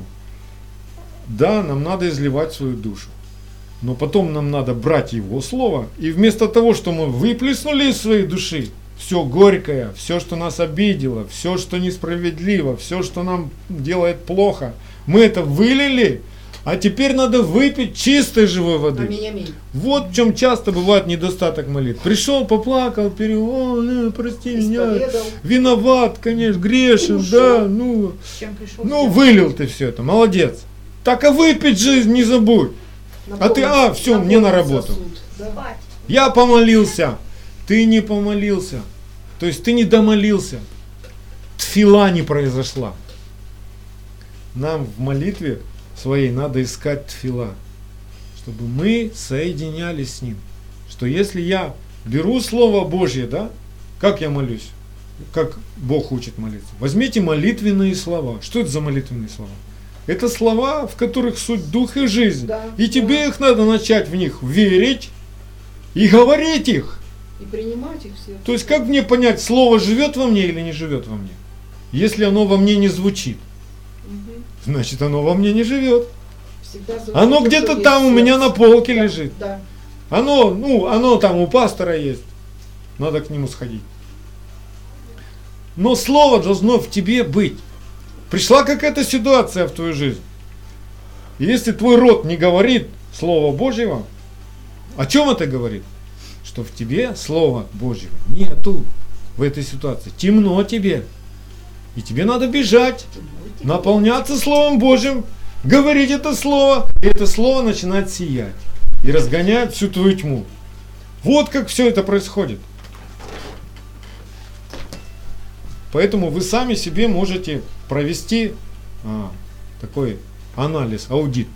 да, нам надо изливать свою душу. Но потом нам надо брать Его Слово, и вместо того, что мы выплеснули из своей души все горькое, все, что нас обидело, все, что несправедливо, все, что нам делает плохо, мы это вылили, а теперь надо выпить чистой живой воды. Аминь, аминь. Вот в чем часто бывает недостаток молитв. Пришел, поплакал, перевел, ну, прости меня, Исповедал. виноват, конечно, грешен, Ушел. да, ну, С чем пришел? ну, с тем вылил ты все это, молодец. Так а выпить жизнь не забудь. А ты, а, всё, мне на Наполнить работу. сосуд, да. Я помолился, ты не помолился. То есть ты не домолился. Тфила не произошла. Нам в молитве своей надо искать тфила, чтобы мы соединялись с Ним. Что если я беру Слово Божье, да, как я молюсь? Как Бог учит молиться? Возьмите молитвенные слова. Что это за молитвенные слова? Это слова, в которых суть дух и жизнь. Да, и тебе да. их надо начать в них верить и говорить их. И принимать их все. То есть как мне понять, слово живет во мне или не живет во мне? Если оно во мне не звучит, Мгм. значит оно во мне не живет. Всегда звучит Оно то, где-то что там есть у в меня сердце. на полке Да, лежит. Да. Оно, ну, оно там у пастора есть. Надо к нему сходить. Но слово должно в тебе быть. Пришла какая-то ситуация в твою жизнь. И если твой рот не говорит Слова Божьего, о чем это говорит? Что в тебе Слова Божьего нету в этой ситуации. Темно тебе. И тебе надо бежать, наполняться Словом Божьим, говорить это Слово, и это Слово начинает сиять. И разгоняет всю твою тьму. Вот как все это происходит. Поэтому вы сами себе можете провести а, такой анализ, аудит.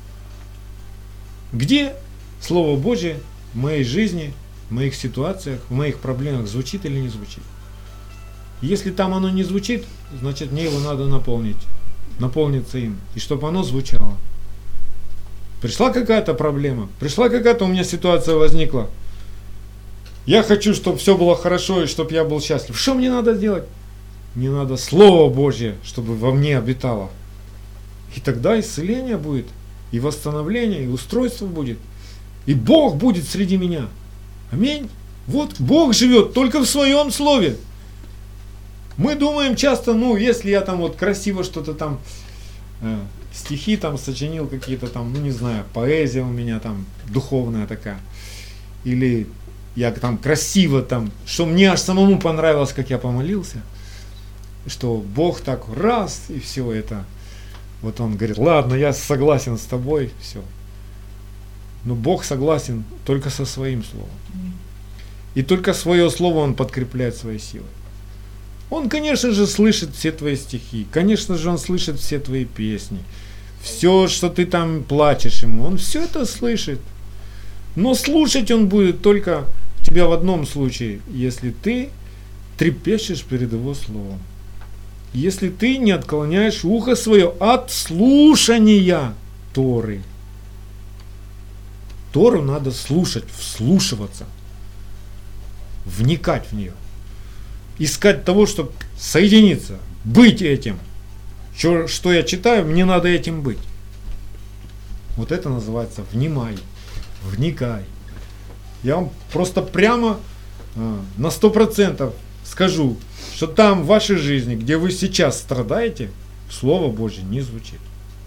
Где Слово Божье в моей жизни, в моих ситуациях, в моих проблемах звучит или не звучит? Если там оно не звучит, значит мне его надо наполнить, наполниться им, и чтобы оно звучало. Пришла какая-то проблема, пришла какая-то у меня ситуация возникла. Я хочу, чтобы все было хорошо и чтобы я был счастлив. Что мне надо сделать? Мне надо Слово Божье, чтобы во мне обитало. И тогда исцеление будет, и восстановление, и устройство будет. И Бог будет среди меня. Аминь. Вот Бог живет только в своем Слове. Мы думаем часто, ну, если я там вот красиво что-то там, э, стихи там сочинил какие-то там, ну, не знаю, поэзия у меня там духовная такая. Или я там красиво там, что мне аж самому понравилось, как я помолился. Что Бог так раз, и все это. Вот он говорит, ладно, я согласен с тобой, все. Но Бог согласен только со своим словом. И только свое слово он подкрепляет своей силой. Он, конечно же, слышит все твои стихи, конечно же, он слышит все твои песни. Все, что ты там плачешь ему, он все это слышит. Но слушать он будет только тебя в одном случае, если ты трепещешь перед его словом. Если ты не отклоняешь ухо свое от слушания Торы. Тору надо слушать, вслушиваться, вникать в нее. Искать того, чтобы соединиться, быть этим. Что, что я читаю, мне надо этим быть. Вот это называется внимай, вникай. Я вам просто прямо а, на сто процентов скажу, что там в вашей жизни, где вы сейчас страдаете, Слово Божье не звучит.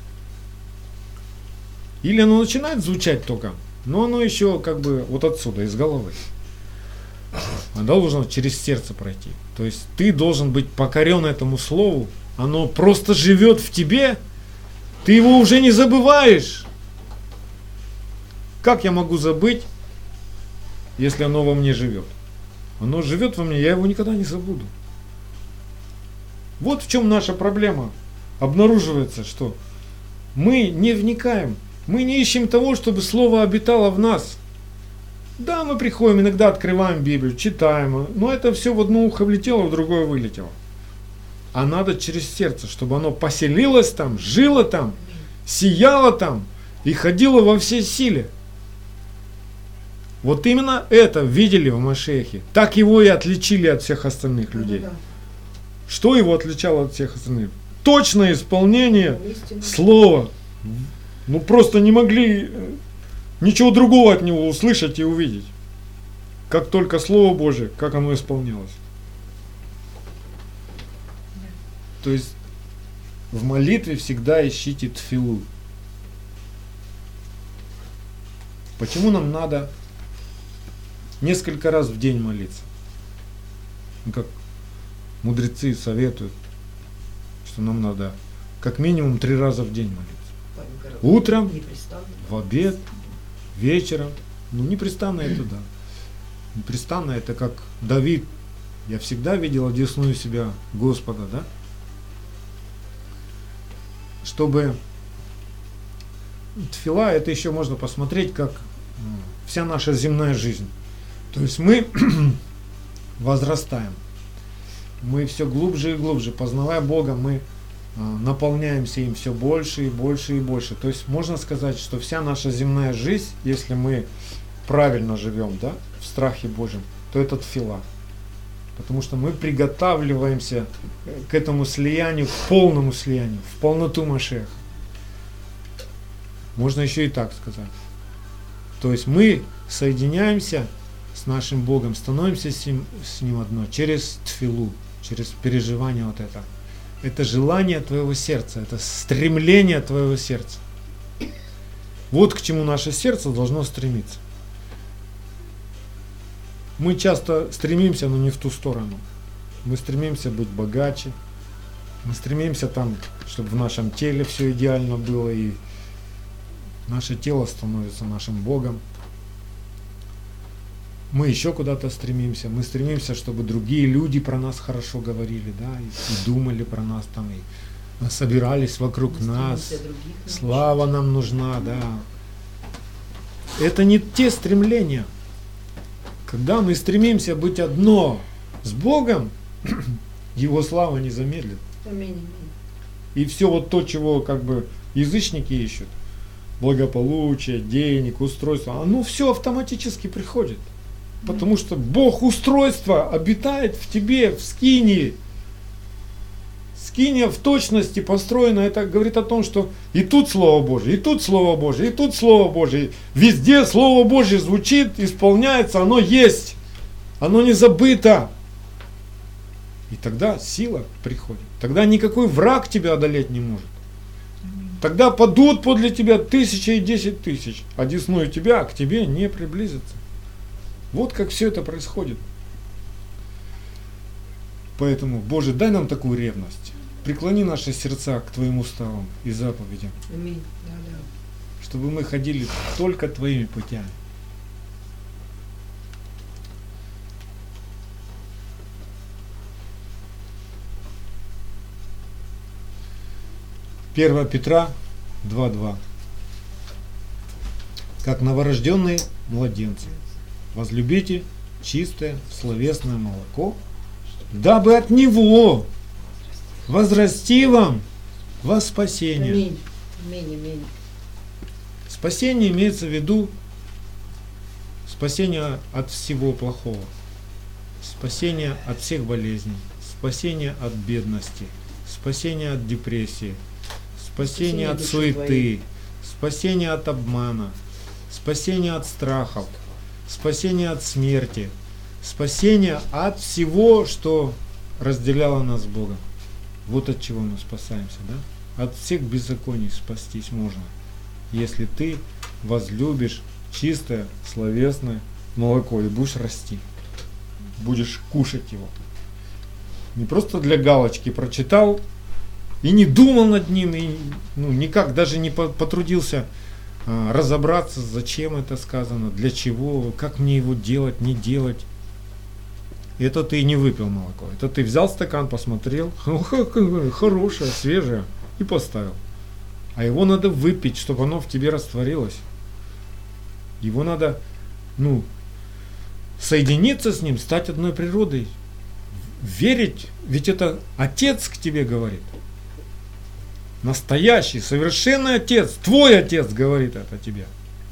Или оно начинает звучать только, но оно еще как бы вот отсюда, из головы. Оно должно через сердце пройти. То есть ты должен быть покорен этому Слову, оно просто живет в тебе, ты его уже не забываешь. Как я могу забыть, если оно во мне живет? Оно живет во мне, я его никогда не забуду. Вот в чем наша проблема. Обнаруживается, что мы не вникаем, мы не ищем того, чтобы Слово обитало в нас. Да, мы приходим, иногда открываем Библию, читаем, но это все в одно ухо влетело, в другое вылетело. А надо через сердце, чтобы оно поселилось там, жило там, сияло там и ходило во всей силе. Вот именно это видели в Машиахе. Так его и отличили от всех остальных людей. Да-да-да. Что его отличало от всех остальных? Точное исполнение Истина. слова. Ну просто не могли э, ничего другого от него услышать и увидеть. Как только Слово Божие, как оно исполнялось. То есть в молитве всегда ищите тфилу. Почему нам надо несколько раз в день молиться? Ну, как мудрецы советуют, что нам надо как минимум три раза в день молиться. Утром, Непрестанно. в обед, вечером. Ну, непрестанно это да. Непрестанно это как Давид. Я всегда видел одесную себя Господа, да? Чтобы тфила, это еще можно посмотреть, как вся наша земная жизнь. То есть мы возрастаем. Мы все глубже и глубже, познавая Бога, мы наполняемся им все больше и больше и больше. То есть можно сказать, что вся наша земная жизнь, если мы правильно живем, да, в страхе Божьем, то это тфила. Потому что мы приготавливаемся к этому слиянию, к полному слиянию, в полноту Машиаха. Можно еще и так сказать. То есть мы соединяемся с нашим Богом, становимся с ним, с ним одно через тфилу, через переживание вот это. Это желание твоего сердца, это стремление твоего сердца. Вот к чему наше сердце должно стремиться. Мы часто стремимся, но не в ту сторону. Мы стремимся быть богаче. Мы стремимся там, чтобы в нашем теле все идеально было, и наше тело становится нашим Богом. Мы еще куда-то стремимся. Мы стремимся, чтобы другие люди про нас хорошо говорили, да, и, и думали про нас там, и собирались вокруг Мы нас. стремимся других Слава нам нужна, да. Это не те стремления. Когда мы стремимся быть одно с Богом, Его слава не замедлит. Аминь, аминь. И все вот то, чего как бы язычники ищут, благополучие, денег, устройство, оно все автоматически приходит. Потому что Бог устройства обитает в тебе, в скинии. Скиния в точности построена. Это говорит о том, что и тут Слово Божие, и тут Слово Божие, и тут Слово Божие. Везде Слово Божие звучит, исполняется, оно есть. Оно не забыто. И тогда сила приходит. Тогда никакой враг тебя одолеть не может. Тогда падут подле тебя тысячи и десять тысяч, а десную тебя к тебе не приблизится. Вот как все это происходит. Поэтому, Боже, дай нам такую ревность. Преклони наши сердца к Твоим уставам и заповедям, Аминь. Да, да. чтобы мы ходили только Твоими путями. первое Петра два два. Как новорожденные младенцы, возлюбите чистое словесное молоко, дабы от него возрасти вам во спасение. Аминь. Аминь, аминь. Спасение имеется в виду спасение от всего плохого, спасение от всех болезней, спасение от бедности, спасение от депрессии, спасение Спасение от души суеты, твоей. спасение от обмана, спасение от страхов, спасение от смерти, спасение от всего, что разделяло нас с Богом. Вот от чего мы спасаемся, да? От всех беззаконий спастись можно, если ты возлюбишь чистое словесное молоко и будешь расти, будешь кушать его. Не просто для галочки прочитал и не думал над ним, и ну, никак даже не по- потрудился а, разобраться, зачем это сказано, для чего, как мне его делать, не делать. Это ты не выпил молоко. Это ты взял стакан, посмотрел, хорошее, свежее, и поставил. А его надо выпить, чтобы оно в тебе растворилось. Его надо, ну, соединиться с ним, стать одной природой. Верить, ведь это Отец к тебе говорит. Настоящий, совершенный Отец, твой Отец говорит это тебе.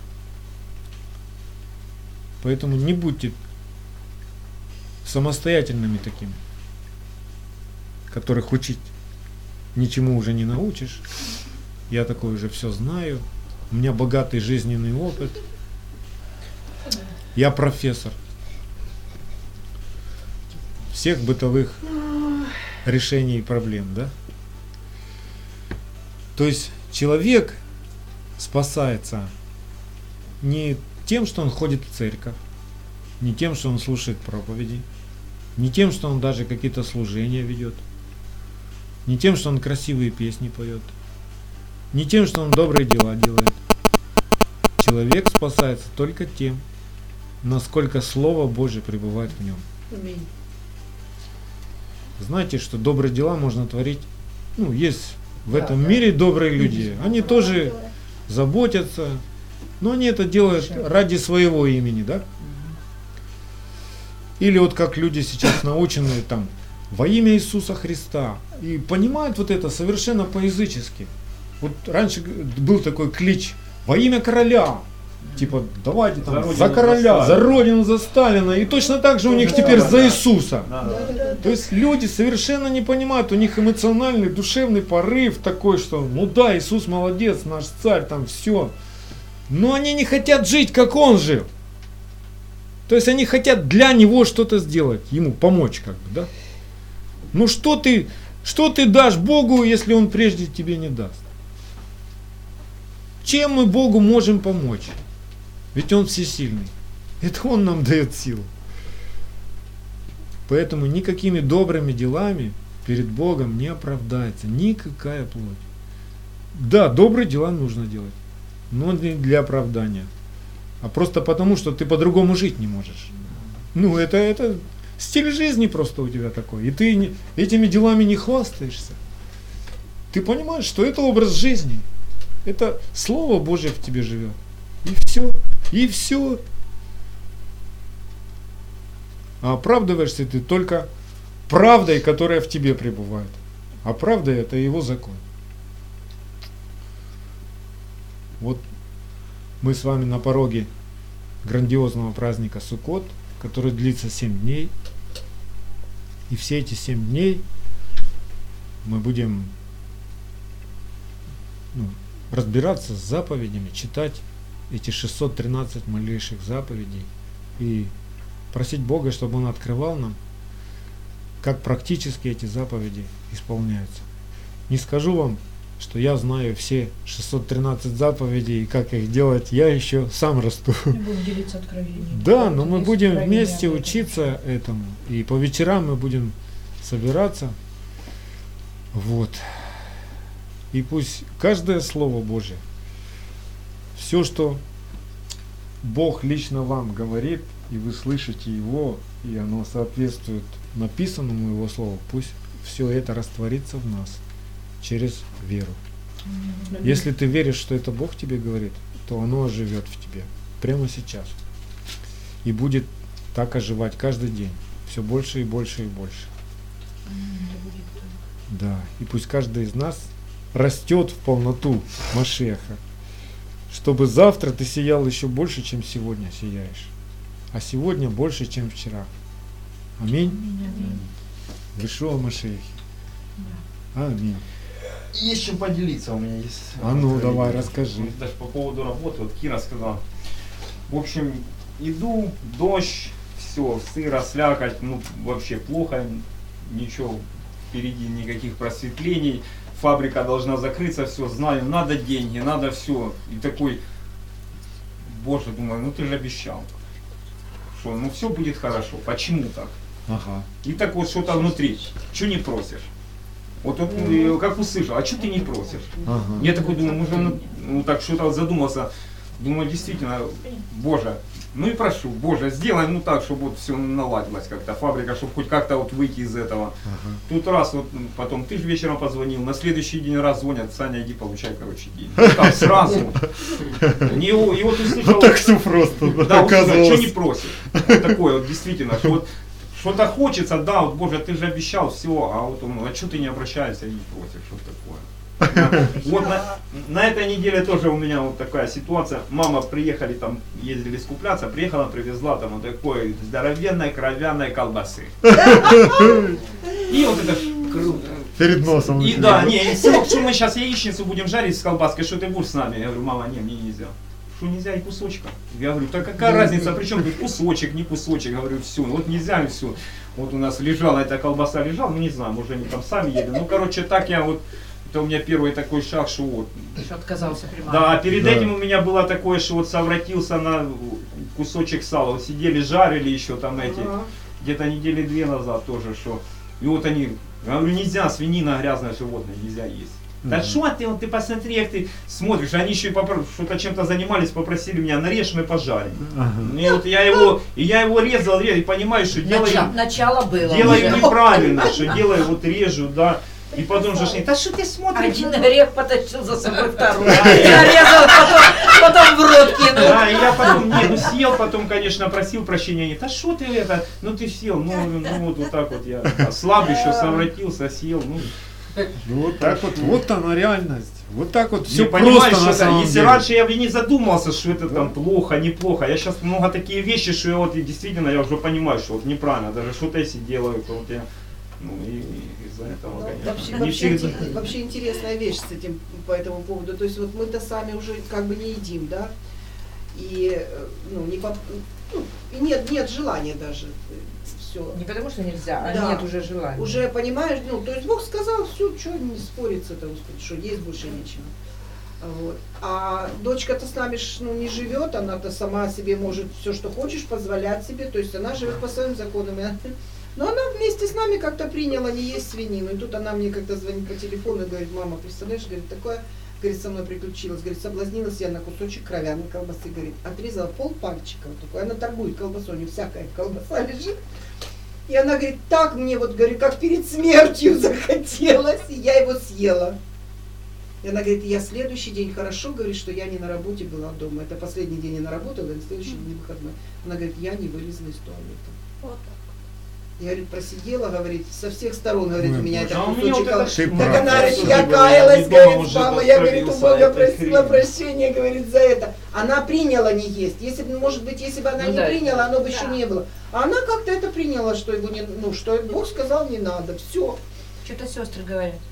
Поэтому не будьте самостоятельными такими, которых учить ничему уже не научишь. Я такое уже все знаю. У меня богатый жизненный опыт. Я профессор всех бытовых решений проблем, да? То есть человек спасается не тем, что он ходит в церковь, не тем, что он слушает проповеди, не тем, что он даже какие-то служения ведет, не тем, что он красивые песни поет, не тем, что он добрые дела делает. Человек спасается только тем, насколько Слово Божие пребывает в нем. Аминь. Знаете, что добрые дела можно творить, ну, есть в этом мире добрые люди, они тоже заботятся, но они это делают ради своего имени, да? Или вот как люди сейчас научены там во имя Иисуса Христа и понимают вот это совершенно по-язычески. Вот раньше был такой клич во имя короля. Типа, давайте там За за, родину, короля, за за родину, за Сталина. И точно так же у них теперь Да, за да. Иисуса. Да, да. Да, да, да. То есть люди совершенно не понимают, у них эмоциональный, душевный порыв такой, что ну да, Иисус молодец, наш царь, там все. Но они не хотят жить, как он жил. То есть они хотят для него что-то сделать, ему помочь как бы, да? Ну что ты, что ты дашь Богу, если он прежде тебе не даст? Чем мы Богу можем помочь? Ведь он всесильный. Это он нам дает силу. Поэтому никакими добрыми делами перед Богом не оправдается никакая плоть. Да, добрые дела нужно делать, но не для оправдания, а просто потому, что ты по-другому жить не можешь. Ну, это, это стиль жизни просто у тебя такой, и ты не, этими делами не хвастаешься. Ты понимаешь, что это образ жизни, это Слово Божие в тебе живет. И все, и все. А оправдываешься ты только правдой, которая в тебе пребывает. А правда это его закон. Вот мы с вами на пороге грандиозного праздника Суккот, который длится семь дней. И все эти семь дней мы будем ну, разбираться с заповедями, читать эти шестьсот тринадцать малейших заповедей и просить Бога, чтобы Он открывал нам, как практически эти заповеди исполняются. Не скажу вам, что я знаю все шестьсот тринадцать заповедей и как их делать, я еще сам расту. Мы будем делиться откровениями. Да, но мы Есть будем откровения вместе об этом. учиться этому. И по вечерам мы будем собираться. Вот. И пусть каждое Слово Божие, все, что Бог лично вам говорит, и вы слышите Его, и оно соответствует написанному Его Слову, пусть все это растворится в нас через веру. Аминь. Если ты веришь, что это Бог тебе говорит, то оно оживет в тебе прямо сейчас. И будет так оживать каждый день. Все больше и больше и больше. Аминь. Да будет так. Да. И пусть каждый из нас растет в полноту Машеха, чтобы завтра ты сиял еще больше, чем сегодня сияешь. А сегодня больше, чем вчера. Аминь. Аминь, аминь. В Иешуа Машехе. Да. Аминь. Есть чем поделиться у меня есть. А ну, откровение. давай, расскажи. Вот даже по поводу работы, вот Кира сказала. В общем, иду, дождь, все, сыро, слякоть, ну вообще плохо, ничего, впереди никаких просветлений, фабрика должна закрыться, все, знаю, надо деньги, надо все. И такой, Боже, думаю, ну ты же обещал, что ну все будет хорошо, почему так? Ага. И так вот что-то внутри, что не просишь? Вот, вот э, как услышал, а что ты не просишь? Ага. Я такой думаю, может, ну, ну так что-то вот задумался. Думаю, действительно, Боже, ну и прошу, Боже, сделай ну так, чтобы вот все наладилось как-то, фабрика, чтобы хоть как-то вот выйти из этого. Ага. Тут раз, вот потом ты же вечером позвонил, на следующий день раз звонят, Саня, иди получай, короче, деньги. Вот так сразу. Не, и вот услышал, Вот так все просто, да, услышал, что оказывалось. не просишь. Вот такое вот, действительно, что вот что-то хочется, да, вот, Боже, ты же обещал, все, а вот он, а что ты не обращаешься и не просишь, что такое. Вот на, на этой неделе тоже у меня вот такая ситуация. Мама, приехали там, ездили скупляться, приехала, привезла там вот такой здоровенной кровяной колбасы. И вот это ж круто. Перед носом. И да, не, сынок, что мы сейчас яичницу будем жарить с колбаской, что ты будешь с нами? Я говорю, мама, не, мне нельзя. Что нельзя и кусочка? Я говорю, так какая разница, причем тут кусочек, не кусочек, говорю, все, вот нельзя и все. Вот у нас лежала эта колбаса, лежала, ну не знаю, может они там сами ели. Ну короче, так я вот, это у меня первый такой шаг, что вот. Что отказался прямо. Да, перед Да. этим у меня было такое, что вот совратился на кусочек сала, вот сидели, жарили еще там эти, Ага. где-то недели две назад тоже, что. И вот они, я говорю, нельзя, свинина грязное животное, нельзя есть. Да Мгм. что ты, вот ты посмотри, как ты смотришь, они еще и попро- что-то чем-то занимались, попросили меня, нарежь, мы пожарим. Ага. И вот я его, и я его резал, резал, и понимаю, что делаю, Начало, начало было. делаю уже. неправильно, что делаю, вот режу, да. И потом же, да что ты смотришь? Один грех потащил за собой второй. Я резал, потом, потом в рот кинул. Да, и я потом, не, ну съел, потом, конечно, просил прощения, они, да что ты это, ну ты съел, ну, ну вот, вот так вот я, а слабый еще совратился, съел, ну. Ну вот так вот, вот она реальность. Вот так вот все Не понимаешь, просто что на это, самом если деле. раньше я бы не задумался, что это там плохо, неплохо, я сейчас много такие вещи, что я вот и действительно я уже понимаю, что вот неправильно, даже что-то если делаю, то вот я, ну и, и из-за этого, Ну, конечно, вообще, не вообще, всегда. инте- вообще интересная вещь с этим по этому поводу. То есть вот мы-то сами уже как бы не едим, да, и э, ну не по, ну, и нет нет желания даже все. Не потому что нельзя, а Да. нет уже желания. Уже понимаешь, ну то есть Бог сказал, все, что не спорится-то, Господи, что есть больше нечего. Вот. А дочка-то с нами ж, ну, не живет, она-то сама себе может все, что хочешь, позволять себе, то есть она живет по своим законам. И она- Но она вместе с нами как-то приняла не есть свинину. И тут она мне как-то звонит по телефону и говорит, мама, представляешь, говорит, такое, говорит, со мной приключилось, говорит, соблазнилась я на кусочек кровяной колбасы, говорит, отрезала пол пальчика, вот такой, она торгует колбасой, у нее всякая колбаса лежит. И она говорит, так мне вот, говорит, как перед смертью захотелось, и я его съела. И она говорит, я следующий день хорошо, говорит, что я не на работе была дома. Это последний день я наработала, и следующий день выходной. Она говорит, я не вылезла из туалета. Вот Я, говорит, просидела, говорит, со всех сторон, говорит, Ой, у меня боже. это А у меня кусочек. вот это кол- ж- Ты Так прав. она говорит, Тоже я говорю, каялась, я дома говорит, уже мама, я, говорит, у застрелился, Бога это просила хрень. прощения, говорит, за это. Она приняла не есть. Если бы, может быть, если бы она Ну не да. приняла, оно бы Да. еще не было. А она как-то это приняла, что его не, ну, что Бог сказал, не надо. Все. Что-то сестры говорят.